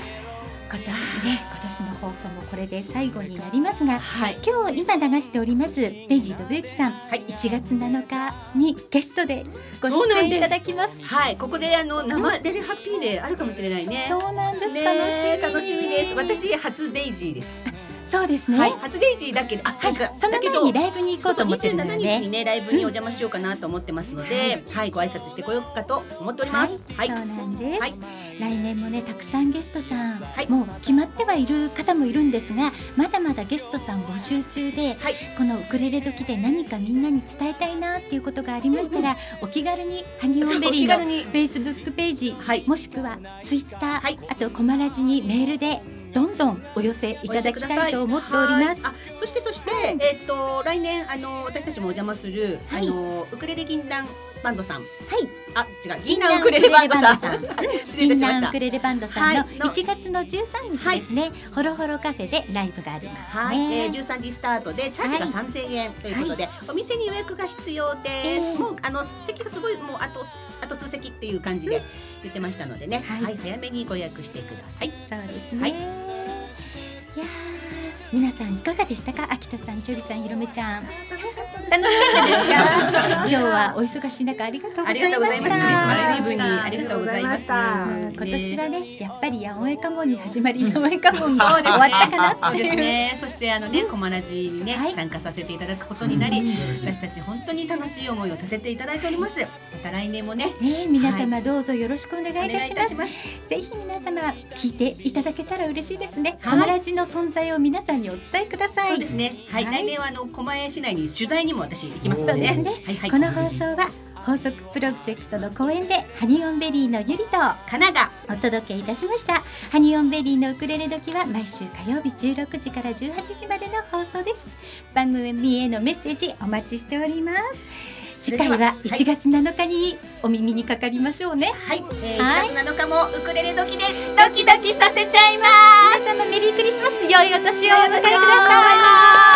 今年の放送もこれで最後になりますが、今日今流しておりますデイジー・ドブユキさん、1月7日にゲストでご出演いただきます。 はい、ここで生レレハッピーであるかもしれないね。 そうなんです。 楽しみです。私初デイジーです。 そうですね。 初デイジーだけど、 その前にライブに行こうと思ってるので、 27日にねライブにお邪魔しようかなと思ってますので、ご挨拶してこようかと思っております。 そうなんです。来年もねたくさんゲストさん、もう決まってはいる方もいるんですが、まだまだゲストさん募集中で、このウクレレ時で何かみんなに伝えたいなっていうことがありましたら、お気軽にハニオンベリーのフェイスブックページ、もしくはツイッター、あとコマラジにメールでどんどんお寄せいただきたいと思っております。 そして来年私たちもお邪魔するウクレレ銀杏バンドさん。銀杏ウクレレバンドさん。 銀杏ウクレレバンドさんの1月の13日ですね。ホロホロカフェでライブがありますね。 13時スタートでチャージが3000円ということで、お店に予約が必要です。もう席がすごいもうあと数席っていう感じで言ってましたのでね。早めにご予約してください。 そうですね。いや皆さんいかがでしたか？秋田さん、チョビさん、ひろめちゃん。楽しかったです。今日はお忙しい中ありがとうございました。 クリスマスイブにありがとうございました。 今年はねやっぱりやおえかもんに始まりやおえかもんが終わったかなっていう。 そしてコマラジにね参加させていただくことになり、私たち本当に楽しい思いをさせていただいております。また来年もね皆様どうぞよろしくお願いいたします。ぜひ皆様聞いていただけたら嬉しいですね。コマラジの存在を皆さんにお伝えください。 そうですね。来年は狛江市内に取材にも私行きますので、 この放送は法則プロジェクトの公演でハニオンベリーのゆりとかながお届けいたしました。ハニオンベリーのウクレレ時は毎週火曜日16時から18時までの放送です。番組へのメッセージお待ちしております。次回は1月7日にお耳にかかりましょうね。 1月7日もウクレレ時でドキドキさせちゃいます。 皆様メリークリスマス、良いお年をお迎えください。